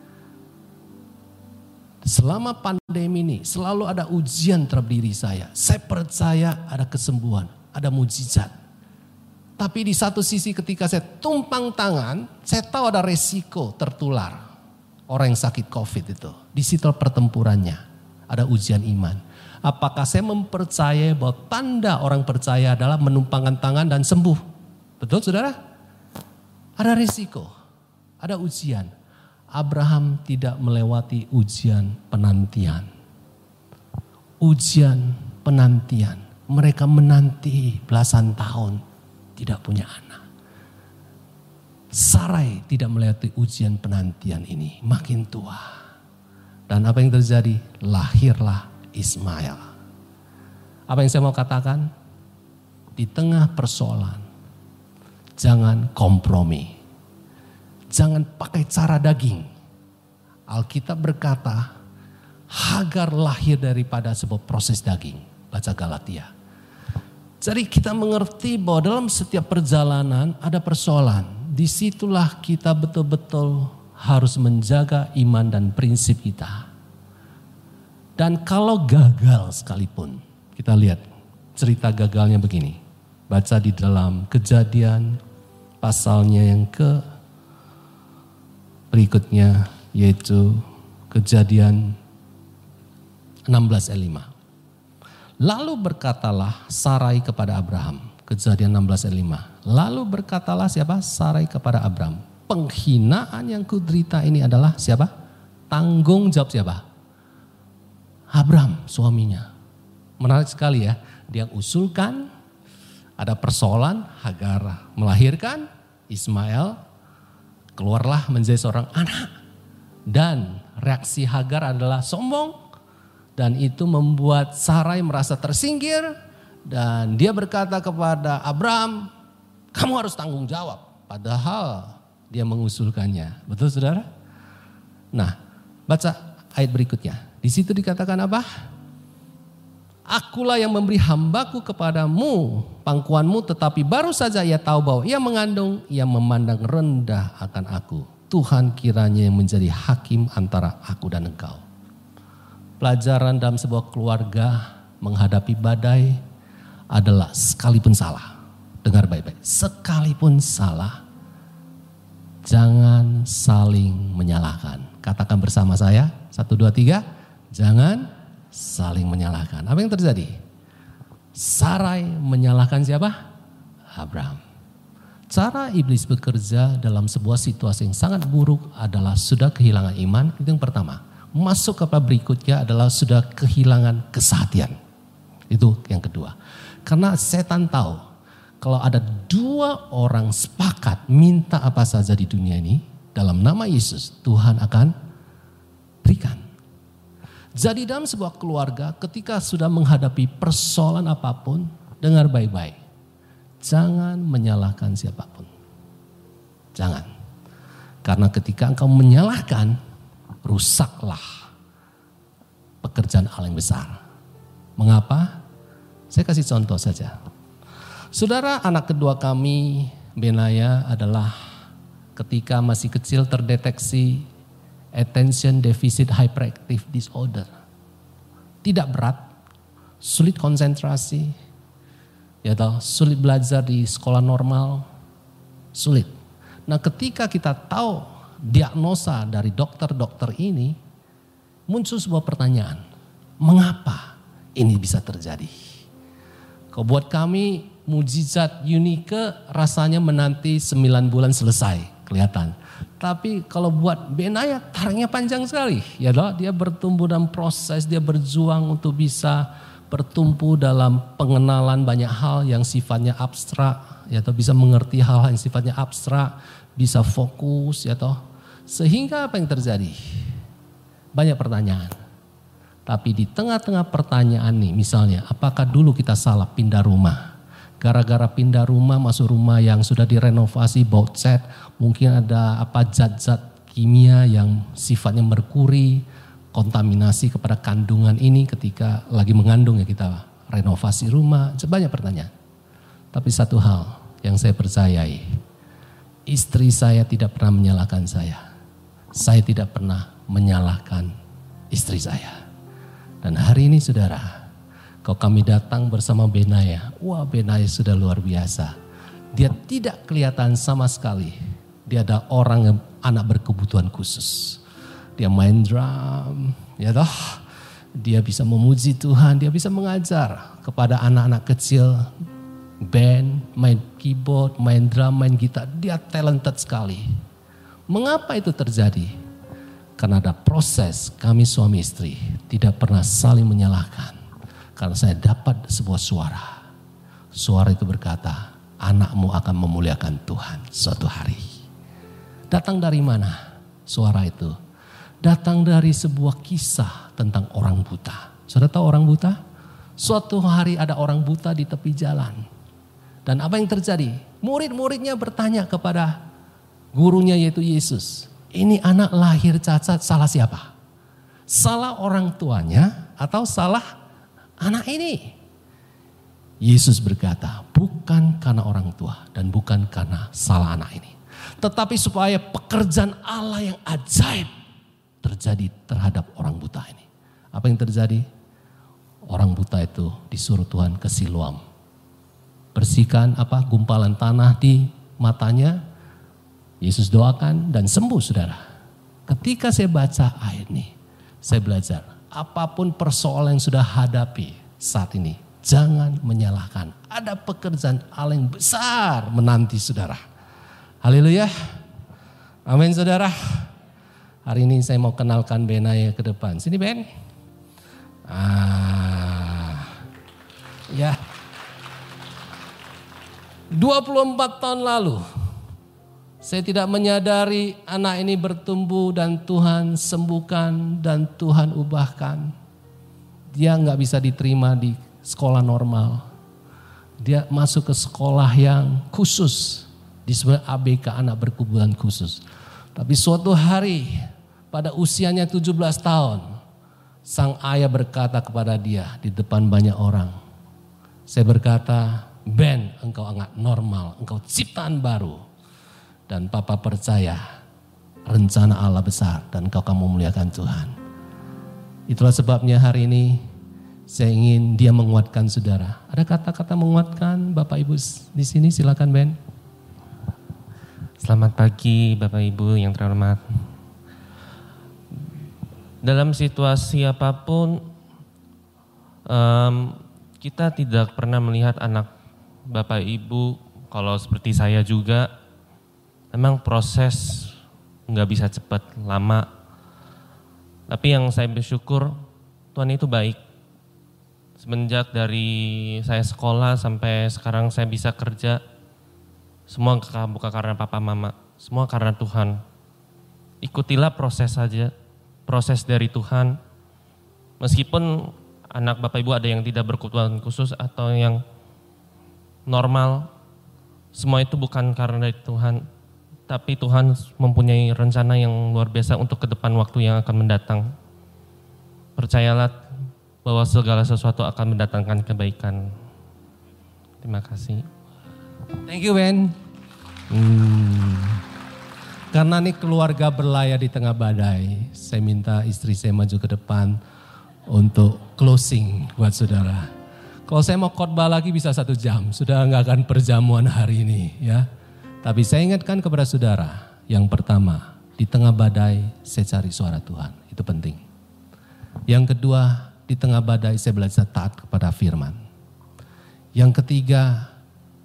Selama pandemi ini selalu ada ujian terhadap diri saya. Saya percaya ada kesembuhan, ada mujizat. Tapi di satu sisi ketika saya tumpang tangan, saya tahu ada resiko tertular. Orang yang sakit COVID itu. Di situ pertempurannya. Ada ujian iman. Apakah saya mempercayai bahwa tanda orang percaya adalah menumpangkan tangan dan sembuh? Betul saudara? Ada resiko, ada ujian. Abraham tidak melewati ujian penantian. Ujian penantian. Mereka menanti belasan tahun tidak punya anak. Sarai tidak melewati ujian penantian ini. Makin tua. Dan apa yang terjadi? Lahirlah Ismail. Apa yang saya mau katakan? Di tengah persoalan, jangan kompromi. Jangan pakai cara daging. Alkitab berkata, Hagar lahir daripada sebuah proses daging. Baca Galatia. Jadi kita mengerti bahwa dalam setiap perjalanan ada persoalan. Disitulah kita betul-betul harus menjaga iman dan prinsip kita. Dan kalau gagal sekalipun, kita lihat cerita gagalnya begini. Baca di dalam Kejadian pasalnya yang ke berikutnya, yaitu Kejadian enam belas ayat lima. Lalu berkatalah Sarai kepada Abraham. Kejadian enam belas ayat lima. Lalu berkatalah siapa? Sarai kepada Abraham. Penghinaan yang kuderita ini adalah siapa? Tanggung jawab siapa? Abraham, suaminya. Menarik sekali ya. Dia usulkan, ada persoalan, Hagar melahirkan Ismail, keluarlah menjadi seorang anak. Dan reaksi Hagar adalah sombong. Dan itu membuat Sarai merasa tersingkir. Dan dia berkata kepada Abraham, kamu harus tanggung jawab. Padahal dia mengusulkannya. Betul saudara? Nah, baca ayat berikutnya. Di situ dikatakan apa? Akulah yang memberi hambaku kepadamu, pangkuanmu, tetapi baru saja ia tahu bahwa ia mengandung, ia memandang rendah akan aku. Tuhan kiranya yang menjadi hakim antara aku dan engkau. Pelajaran dalam sebuah keluarga menghadapi badai adalah sekalipun salah. Dengar baik-baik, sekalipun salah, jangan saling menyalahkan. Katakan bersama saya, satu, dua, tiga, jangan saling menyalahkan. Apa yang terjadi? Sarai menyalahkan siapa? Abraham. Cara iblis bekerja dalam sebuah situasi yang sangat buruk adalah sudah kehilangan iman. Itu yang pertama. Masuk ke apa berikutnya adalah sudah kehilangan kesehatan. Itu yang kedua. Karena setan tahu kalau ada dua orang sepakat minta apa saja di dunia ini dalam nama Yesus, Tuhan akan berikan. Jadi dalam sebuah keluarga ketika sudah menghadapi persoalan apapun, dengar baik-baik. Jangan menyalahkan siapapun. Jangan. Karena ketika engkau menyalahkan, rusaklah pekerjaan Allah yang besar. Mengapa? Saya kasih contoh saja. Saudara, anak kedua kami, Benaya, adalah ketika masih kecil terdeteksi attention deficit hyperactive disorder. Tidak berat, sulit konsentrasi, ya toh, sulit belajar di sekolah normal, sulit. Nah, ketika kita tahu diagnosa dari dokter-dokter ini, muncul sebuah pertanyaan, mengapa ini bisa terjadi? Kalau buat kami mujizat Unique rasanya menanti sembilan bulan selesai, kelihatan. Tapi kalau buat Benaya tariknya panjang sekali, ya toh, dia bertumbuh dalam proses, dia berjuang untuk bisa bertumbuh dalam pengenalan banyak hal yang sifatnya abstrak, ya toh, bisa mengerti hal-hal yang sifatnya abstrak, bisa fokus, ya toh. Sehingga apa yang terjadi? Banyak pertanyaan. Tapi di tengah-tengah pertanyaan nih, misalnya, apakah dulu kita salah pindah rumah? Gara-gara pindah rumah masuk rumah yang sudah direnovasi, baut cat, mungkin ada apa zat-zat kimia yang sifatnya merkuri, kontaminasi kepada kandungan ini ketika lagi mengandung ya kita renovasi rumah. Banyak pertanyaan. Tapi satu hal yang saya percayai, istri saya tidak pernah menyalahkan saya. Saya tidak pernah menyalahkan istri saya. Dan hari ini saudara, kalau kami datang bersama Benaya, wah Benaya sudah luar biasa. Dia tidak kelihatan sama sekali. Dia ada orang anak berkebutuhan khusus. Dia main drum, ya toh. Dia bisa memuji Tuhan, dia bisa mengajar kepada anak-anak kecil, band, main keyboard, main drum, main gitar. Dia talented sekali. Mengapa itu terjadi? Karena ada proses kami suami istri tidak pernah saling menyalahkan. Karena saya dapat sebuah suara. Suara itu berkata, anakmu akan memuliakan Tuhan suatu hari. Datang dari mana suara itu? Datang dari sebuah kisah tentang orang buta. Saudara tahu orang buta? Suatu hari ada orang buta di tepi jalan. Dan apa yang terjadi? Murid-muridnya bertanya kepada gurunya yaitu Yesus. Ini anak lahir cacat, salah siapa? Salah orang tuanya atau salah anak ini? Yesus berkata, bukan karena orang tua dan bukan karena salah anak ini. Tetapi supaya pekerjaan Allah yang ajaib terjadi terhadap orang buta ini. Apa yang terjadi? Orang buta itu disuruh Tuhan ke Siloam. Bersihkan apa gumpalan tanah di matanya. Yesus doakan dan sembuh saudara. Ketika saya baca ayat ini, saya belajar. Apapun persoalan yang sudah hadapi saat ini, jangan menyalahkan. Ada pekerjaan Allah yang besar menanti saudara. Haleluya. Amin saudara. Hari ini saya mau kenalkan Benaya ke depan. Sini Ben. Ah, ya. dua puluh empat tahun lalu, saya tidak menyadari anak ini bertumbuh dan Tuhan sembuhkan dan Tuhan ubahkan. Dia nggak bisa diterima di sekolah normal. Dia masuk ke sekolah yang khusus. Disebut A B K, anak berkebutuhan khusus. Tapi suatu hari pada usianya tujuh belas tahun, sang ayah berkata kepada dia di depan banyak orang, saya berkata, Ben, engkau sangat normal, engkau ciptaan baru. Dan Papa percaya rencana Allah besar dan engkau akan memuliakan Tuhan. Itulah sebabnya hari ini saya ingin dia menguatkan saudara. Ada kata-kata menguatkan Bapak Ibu di sini, silakan Ben. Selamat pagi Bapak Ibu yang terhormat. Dalam situasi apapun, um, kita tidak pernah melihat anak Bapak Ibu, kalau seperti saya juga, memang proses nggak bisa cepat, lama. Tapi yang saya bersyukur, Tuhan itu baik. Semenjak dari saya sekolah sampai sekarang saya bisa kerja, semua bukan karena papa mama, semua karena Tuhan. Ikutilah proses saja, proses dari Tuhan. Meskipun anak Bapak Ibu ada yang tidak berkebutuhan khusus atau yang normal, semua itu bukan karena dari Tuhan. Tapi Tuhan mempunyai rencana yang luar biasa untuk ke depan waktu yang akan mendatang. Percayalah bahwa segala sesuatu akan mendatangkan kebaikan. Terima kasih. Thank you Ben. Hmm. Karena ini keluarga berlayar di tengah badai, saya minta istri saya maju ke depan untuk closing buat saudara. Kalau saya mau khotbah lagi bisa satu jam, sudah nggak akan perjamuan hari ini ya. Tapi saya ingatkan kepada saudara, yang pertama, di tengah badai saya cari suara Tuhan, itu penting. Yang kedua, di tengah badai saya belajar taat kepada firman. Yang ketiga,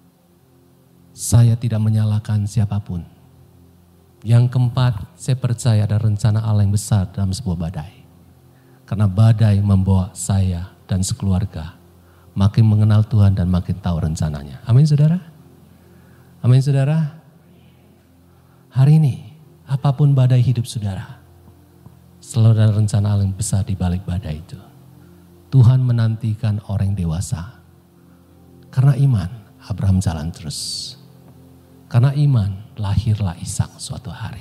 saya tidak menyalahkan siapapun. Yang keempat, saya percaya ada rencana Allah yang besar dalam sebuah badai. Karena badai membawa saya dan sekeluarga makin mengenal Tuhan dan makin tahu rencananya. Amin saudara. Amin saudara. Hari ini apapun badai hidup saudara, selalu ada rencana Allah yang besar di balik badai itu. Tuhan menantikan orang yang dewasa. Karena iman Abraham jalan terus. Karena iman lahirlah Ishak suatu hari.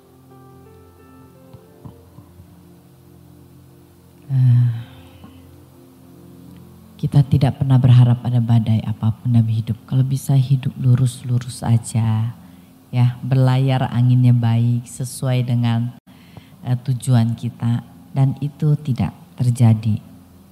Uh, kita tidak pernah berharap ada badai apapun dalam hidup. Kalau bisa hidup lurus-lurus aja, ya berlayar anginnya baik sesuai dengan uh, tujuan kita, dan itu tidak terjadi.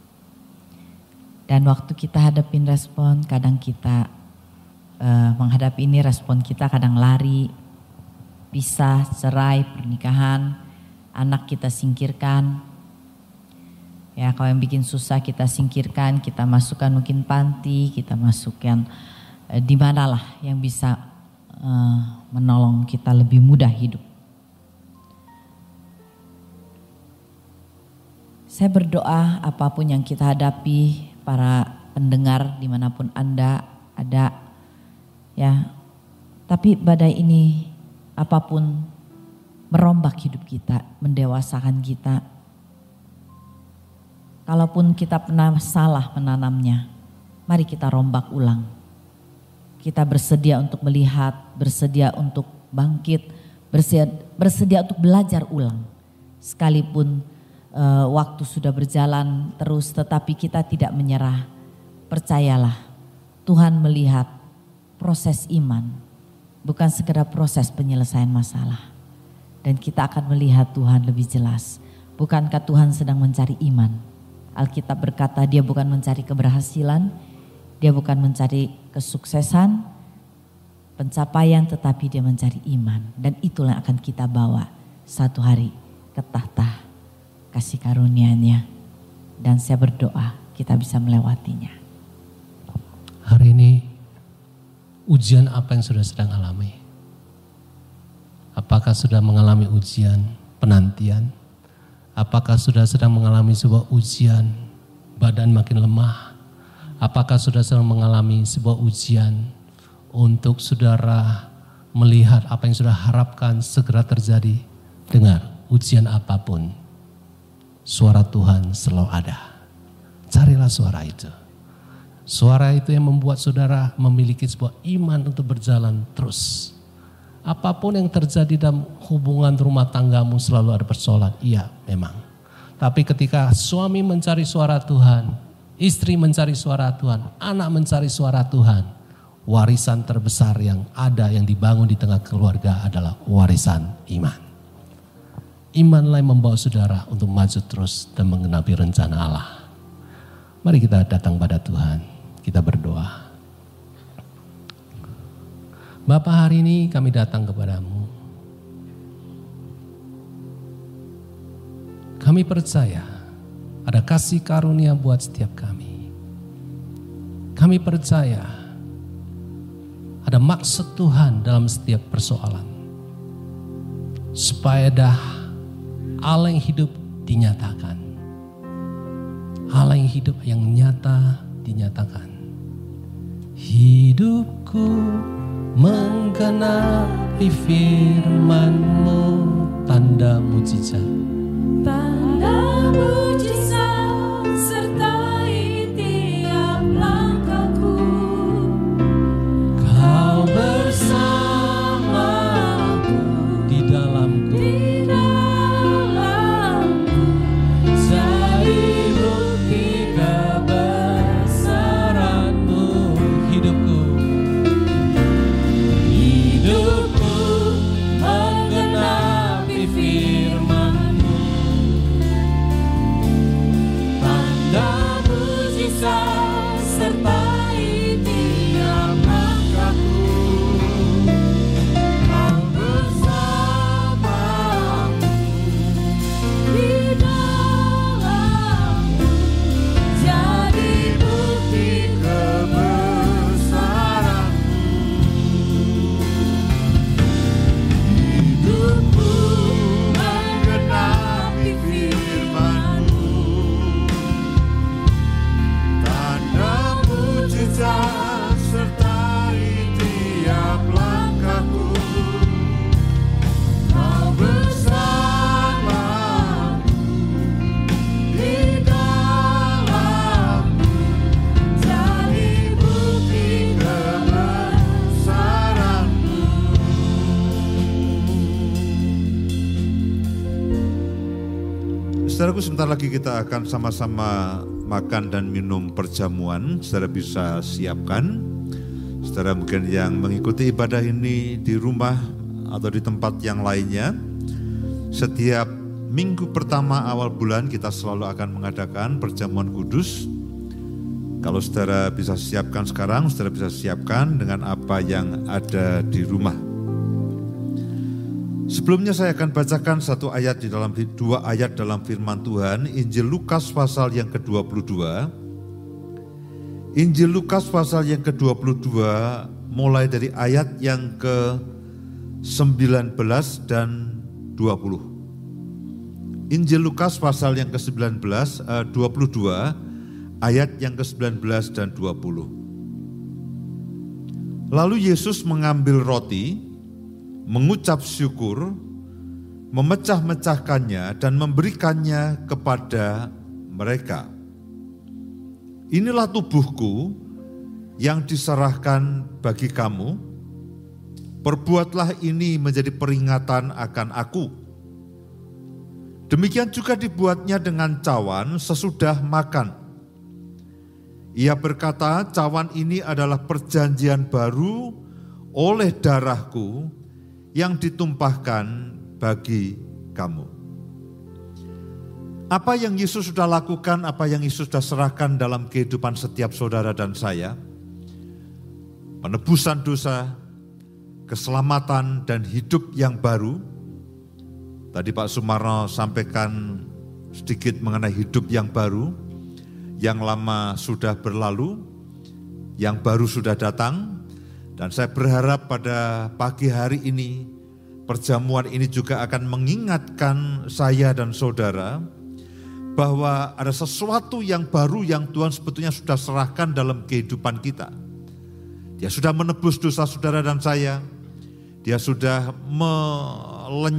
Dan waktu kita hadapin respon, kadang kita uh, menghadapi ini respon kita kadang lari, pisah, cerai, pernikahan, anak kita singkirkan. Ya, kalau yang bikin susah kita singkirkan, kita masukkan mungkin panti, kita masukkan eh, di manalah yang bisa eh, menolong kita lebih mudah hidup. Saya berdoa apapun yang kita hadapi, para pendengar dimanapun Anda ada, ya. Tapi badai ini apapun merombak hidup kita, mendewasakan kita. Kalaupun kita pernah salah menanamnya, mari kita rombak ulang. Kita bersedia untuk melihat, bersedia untuk bangkit, bersedia, bersedia untuk belajar ulang. Sekalipun e, waktu sudah berjalan terus, tetapi kita tidak menyerah. Percayalah, Tuhan melihat proses iman, bukan sekedar proses penyelesaian masalah. Dan kita akan melihat Tuhan lebih jelas. Bukankah Tuhan sedang mencari iman? Alkitab berkata dia bukan mencari keberhasilan, dia bukan mencari kesuksesan, pencapaian, tetapi dia mencari iman. Dan itulah yang akan kita bawa satu hari ke tahta kasih karunia-Nya. Dan saya berdoa kita bisa melewatinya. Hari ini ujian apa yang sudah sedang alami? Apakah sudah mengalami ujian penantian? Apakah sudah sedang mengalami sebuah ujian badan makin lemah? Apakah sudah sedang mengalami sebuah ujian untuk saudara melihat apa yang sudah harapkan segera terjadi? Dengar, ujian apapun, suara Tuhan selalu ada. Carilah suara itu. Suara itu yang membuat saudara memiliki sebuah iman untuk berjalan terus. Apapun yang terjadi dalam hubungan rumah tanggamu selalu ada persoalan. Iya, memang. Tapi ketika suami mencari suara Tuhan, istri mencari suara Tuhan, anak mencari suara Tuhan, warisan terbesar yang ada yang dibangun di tengah keluarga adalah warisan iman. Imanlah yang membawa saudara untuk maju terus dan menggenapi rencana Allah. Mari kita datang pada Tuhan, kita berdoa. Bapa, hari ini kami datang kepadamu. Kami percaya ada kasih karunia buat setiap kami. Kami percaya ada maksud Tuhan dalam setiap persoalan. Supaya dah Allah yang hidup dinyatakan. Allah yang hidup yang nyata dinyatakan. Hidupku menggenapi firman-Mu, tanda mujizat. Tanda mujizat sertai tiap langkahku. Kau bersamaku di dalamku. Di dalamku Jadi bukti kebesaran-Mu. Hidupku Hidupku menggenapi firman-Mu, tanda mujizat sertai tiap langkahku. Kau bersamaku di dalamku, jadi bukti kebesaran-Mu. Hidupku menggenapi firman-Mu, tanda mujizat sertai tiap langkahku. Kau bersamaku di dalamku, jadi bukti kebesaran-Mu. Saudaraku, sebentar lagi kita akan sama-sama makan dan minum perjamuan. Saudara bisa siapkan. Saudara mungkin yang mengikuti ibadah ini di rumah atau di tempat yang lainnya. Setiap minggu pertama awal bulan kita selalu akan mengadakan perjamuan kudus. Kalau saudara bisa siapkan sekarang, saudara bisa siapkan dengan apa yang ada di rumah. Sebelumnya saya akan bacakan satu ayat di dalam dua ayat dalam firman Tuhan, Injil Lukas pasal yang kedua puluh dua. Injil Lukas pasal yang kedua puluh dua mulai dari ayat yang ke sembilan belas dan dua puluh. Injil Lukas pasal yang ke sembilan belas, dua puluh dua, ayat yang ke sembilan belas dan dua puluh. Lalu Yesus mengambil roti, mengucap syukur, memecah-mecahkannya dan memberikannya kepada mereka. Inilah tubuhku yang diserahkan bagi kamu. Perbuatlah ini menjadi peringatan akan aku. Demikian juga dibuatnya dengan cawan sesudah makan. Ia berkata, cawan ini adalah perjanjian baru oleh darahku yang ditumpahkan bagi kamu. Apa yang Yesus sudah lakukan, apa yang Yesus sudah serahkan dalam kehidupan setiap saudara dan saya, penebusan dosa, keselamatan dan hidup yang baru. Tadi Pak Sumarno sampaikan sedikit mengenai hidup yang baru, yang lama sudah berlalu, yang baru sudah datang. Dan saya berharap pada pagi hari ini, perjamuan ini juga akan mengingatkan saya dan saudara bahwa ada sesuatu yang baru yang Tuhan sebetulnya sudah serahkan dalam kehidupan kita. Dia sudah menebus dosa saudara dan saya. Dia sudah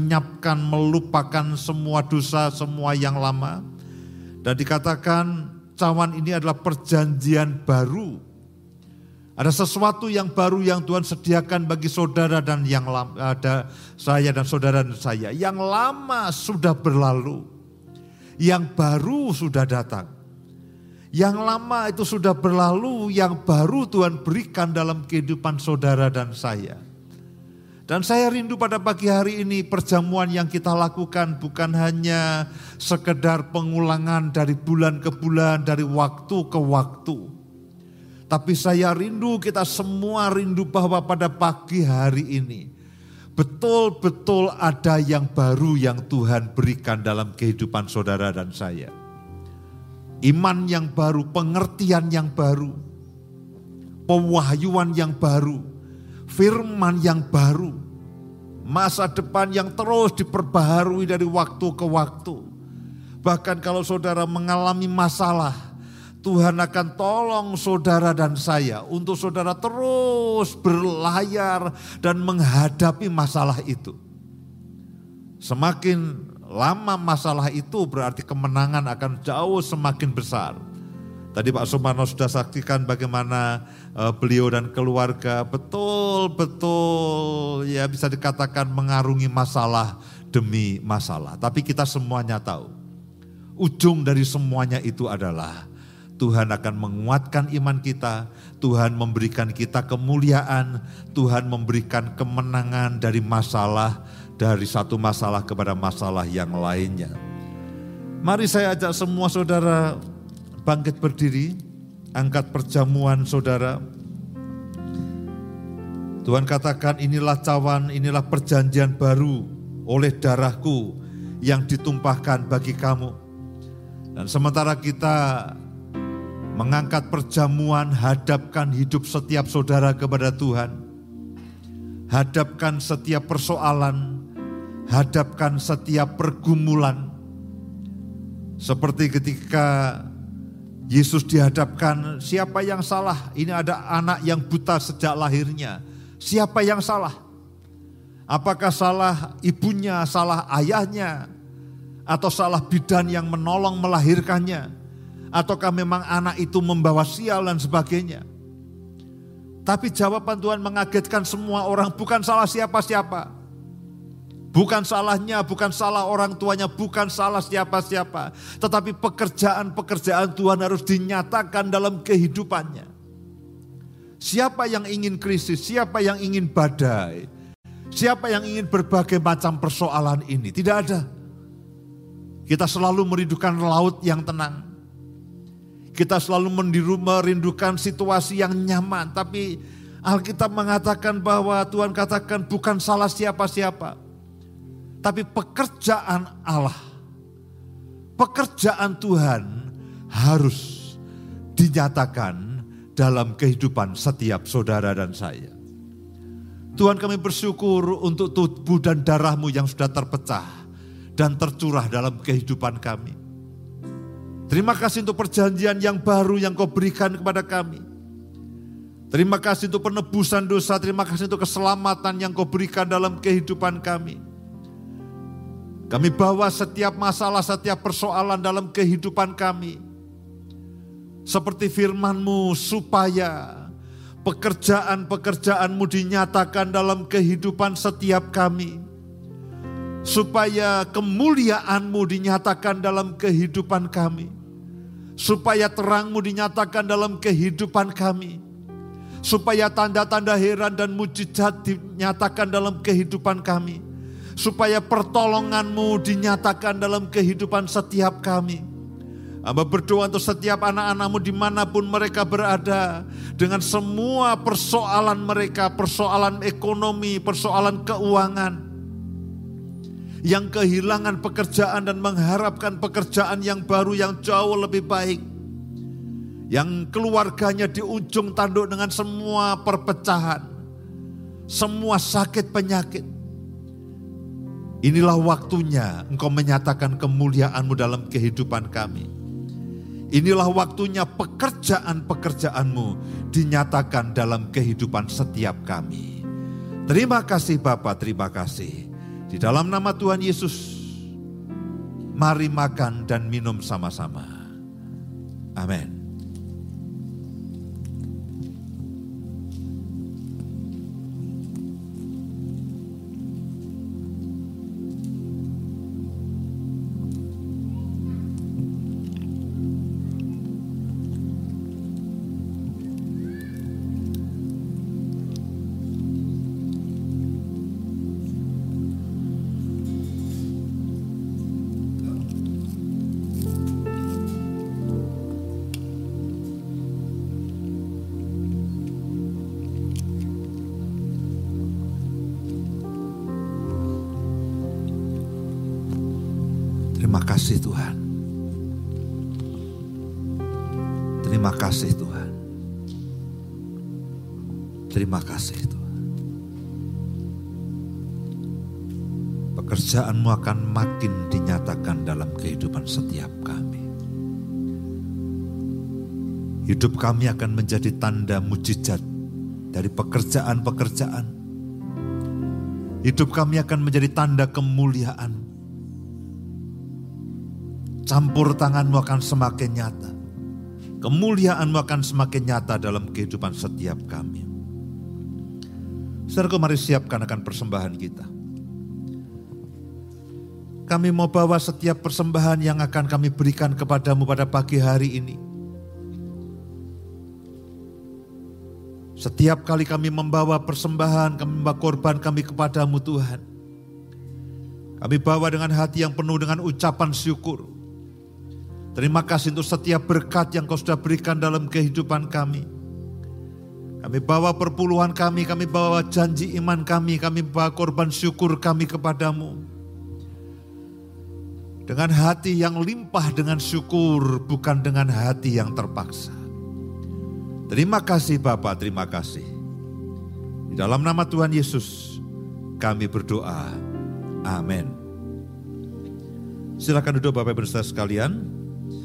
melenyapkan, melupakan semua dosa, semua yang lama. Dan dikatakan cawan ini adalah perjanjian baru. Ada sesuatu yang baru yang Tuhan sediakan bagi saudara dan yang lama, ada saya dan saudara dan saya. Yang lama sudah berlalu, yang baru sudah datang. Yang lama itu sudah berlalu, yang baru Tuhan berikan dalam kehidupan saudara dan saya. Dan saya rindu pada pagi hari ini perjamuan yang kita lakukan bukan hanya sekedar pengulangan dari bulan ke bulan, dari waktu ke waktu. Tapi saya rindu, kita semua rindu bahwa pada pagi hari ini betul-betul ada yang baru yang Tuhan berikan dalam kehidupan saudara dan saya. Iman yang baru, pengertian yang baru, pewahyuan yang baru, firman yang baru, masa depan yang terus diperbaharui dari waktu ke waktu. Bahkan kalau saudara mengalami masalah, Tuhan akan tolong saudara dan saya untuk saudara terus berlayar dan menghadapi masalah itu. Semakin lama masalah itu berarti kemenangan akan jauh semakin besar. Tadi Pak Sumarno sudah saksikan bagaimana uh, beliau dan keluarga betul-betul ya bisa dikatakan mengarungi masalah demi masalah. Tapi kita semuanya tahu, ujung dari semuanya itu adalah Tuhan akan menguatkan iman kita, Tuhan memberikan kita kemuliaan, Tuhan memberikan kemenangan dari masalah, dari satu masalah kepada masalah yang lainnya. Mari saya ajak semua saudara bangkit berdiri, angkat perjamuan saudara. Tuhan katakan inilah cawan, inilah perjanjian baru oleh darahku yang ditumpahkan bagi kamu. Dan sementara kita mengangkat perjamuan, hadapkan hidup setiap saudara kepada Tuhan. Hadapkan setiap persoalan, hadapkan setiap pergumulan. Seperti ketika Yesus dihadapkan, siapa yang salah? Ini ada anak yang buta sejak lahirnya. Siapa yang salah? Apakah salah ibunya, salah ayahnya, atau salah bidan yang menolong melahirkannya? Ataukah memang anak itu membawa sial dan sebagainya. Tapi jawaban Tuhan mengagetkan semua orang, bukan salah siapa-siapa. Bukan salahnya, bukan salah orang tuanya, bukan salah siapa-siapa. Tetapi pekerjaan-pekerjaan Tuhan harus dinyatakan dalam kehidupannya. Siapa yang ingin krisis, siapa yang ingin badai, siapa yang ingin berbagai macam persoalan ini, tidak ada. Kita selalu merindukan laut yang tenang. Kita selalu merindukan situasi yang nyaman, tapi Alkitab mengatakan bahwa Tuhan katakan bukan salah siapa-siapa, tapi pekerjaan Allah, pekerjaan Tuhan harus dinyatakan dalam kehidupan setiap saudara dan saya. Tuhan, kami bersyukur untuk tubuh dan darah-Mu yang sudah terpecah dan tercurah dalam kehidupan kami. Terima kasih untuk perjanjian yang baru yang Kau berikan kepada kami. Terima kasih untuk penebusan dosa, terima kasih untuk keselamatan yang Kau berikan dalam kehidupan kami. Kami bawa setiap masalah, setiap persoalan dalam kehidupan kami. Seperti firman-Mu, supaya pekerjaan-pekerjaan-Mu dinyatakan dalam kehidupan setiap kami. Supaya kemuliaan-Mu dinyatakan dalam kehidupan kami. Supaya terang-Mu dinyatakan dalam kehidupan kami. Supaya tanda-tanda heran dan mujizat dinyatakan dalam kehidupan kami. Supaya pertolongan-Mu dinyatakan dalam kehidupan setiap kami. Hamba berdoa untuk setiap anak-anak-Mu dimanapun mereka berada. Dengan semua persoalan mereka, persoalan ekonomi, persoalan keuangan. Yang kehilangan pekerjaan dan mengharapkan pekerjaan yang baru yang jauh lebih baik. Yang keluarganya di ujung tanduk dengan semua perpecahan. Semua sakit penyakit. Inilah waktunya Engkau menyatakan kemuliaan-Mu dalam kehidupan kami. Inilah waktunya pekerjaan-pekerjaan-Mu dinyatakan dalam kehidupan setiap kami. Terima kasih Bapa, terima kasih. Di dalam nama Tuhan Yesus, mari makan dan minum sama-sama. Amin. Terima kasih Tuhan. Terima kasih Tuhan. Terima kasih Tuhan. Pekerjaan-Mu akan makin dinyatakan dalam kehidupan setiap kami. Hidup kami akan menjadi tanda mujizat dari pekerjaan-pekerjaan. Hidup kami akan menjadi tanda kemuliaan. Campur tangan-Mu akan semakin nyata. Kemuliaan-Mu akan semakin nyata dalam kehidupan setiap kami. Saudaraku, mari siapkan akan persembahan kita. Kami mau bawa setiap persembahan yang akan kami berikan kepadamu pada pagi hari ini. Setiap kali kami membawa persembahan, kami membawa korban kami kepadamu Tuhan. Kami bawa dengan hati yang penuh dengan ucapan syukur. Terima kasih untuk setiap berkat yang Kau sudah berikan dalam kehidupan kami. Kami bawa perpuluhan kami, kami bawa janji iman kami, kami bawa korban syukur kami kepadamu. Dengan hati yang limpah dengan syukur, bukan dengan hati yang terpaksa. Terima kasih Bapa, terima kasih. Di dalam nama Tuhan Yesus kami berdoa. Amin. Silakan duduk Bapak Ibu Saudara sekalian.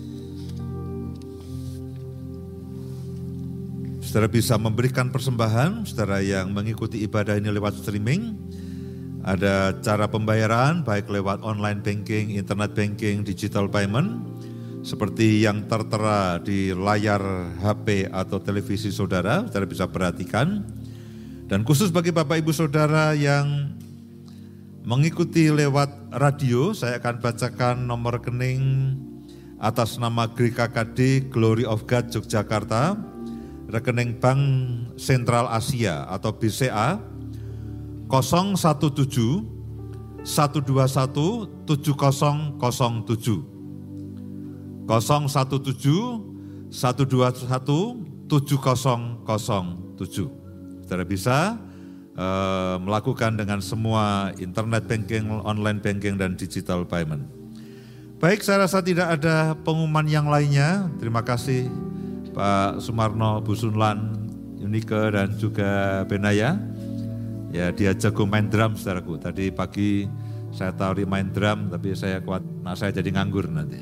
Saudara bisa memberikan persembahan, saudara yang mengikuti ibadah ini lewat streaming. Ada cara pembayaran baik lewat online banking, internet banking, digital payment. Seperti yang tertera di layar H P atau televisi saudara, saudara bisa perhatikan. Dan khusus bagi Bapak Ibu Saudara yang mengikuti lewat radio, saya akan bacakan nomor rekening atas nama G K K D Glory of God Yogyakarta, rekening Bank Sentral Asia atau B C A nol satu tujuh satu dua satu tujuh nol nol tujuh nol satu tujuh satu dua satu tujuh nol nol tujuh. Saudara bisa uh, melakukan dengan semua internet banking, online banking dan digital payment. Baik, saya rasa tidak ada pengumuman yang lainnya. Terima kasih Pak Sumarno, Bu Sunlan, Yunike dan juga Benaya. Ya, dia jago main drum saudaraku. Tadi pagi saya tahu dia main drum, tapi saya kuat, nah saya jadi nganggur nanti.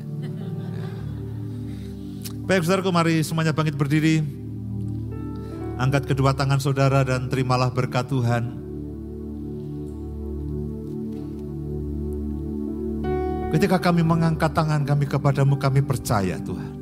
Baik saudaraku, mari semuanya bangkit berdiri. Angkat kedua tangan saudara dan terimalah berkat Tuhan. Ketika kami mengangkat tangan kami kepadamu, kami percaya Tuhan.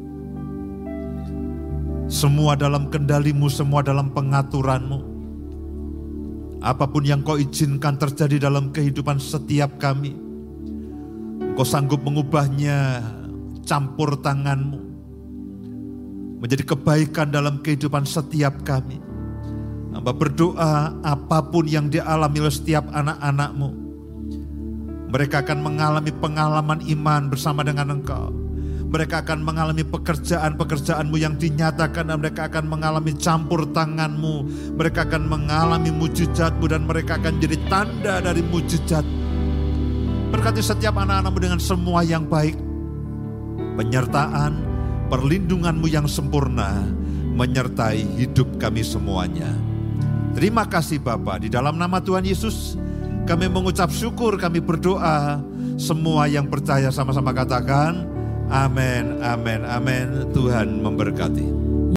Semua dalam kendali-Mu, semua dalam pengaturan-Mu. Apapun yang Kau izinkan terjadi dalam kehidupan setiap kami, Kau sanggup mengubahnya campur tangan-Mu menjadi kebaikan dalam kehidupan setiap kami. Hamba berdoa apapun yang dialami oleh setiap anak-anak-Mu, mereka akan mengalami pengalaman iman bersama dengan Engkau. Mereka akan mengalami pekerjaan-pekerjaan-Mu yang dinyatakan dan mereka akan mengalami campur tangan-Mu. Mereka akan mengalami mujizat-Mu dan mereka akan jadi tanda dari mujizat. Berkati setiap anak-anak-Mu dengan semua yang baik. Penyertaan, perlindungan-Mu yang sempurna menyertai hidup kami semuanya. Terima kasih Bapa, di dalam nama Tuhan Yesus kami mengucap syukur, kami berdoa. Semua yang percaya sama-sama katakan, amin, amin, amin. Tuhan memberkati.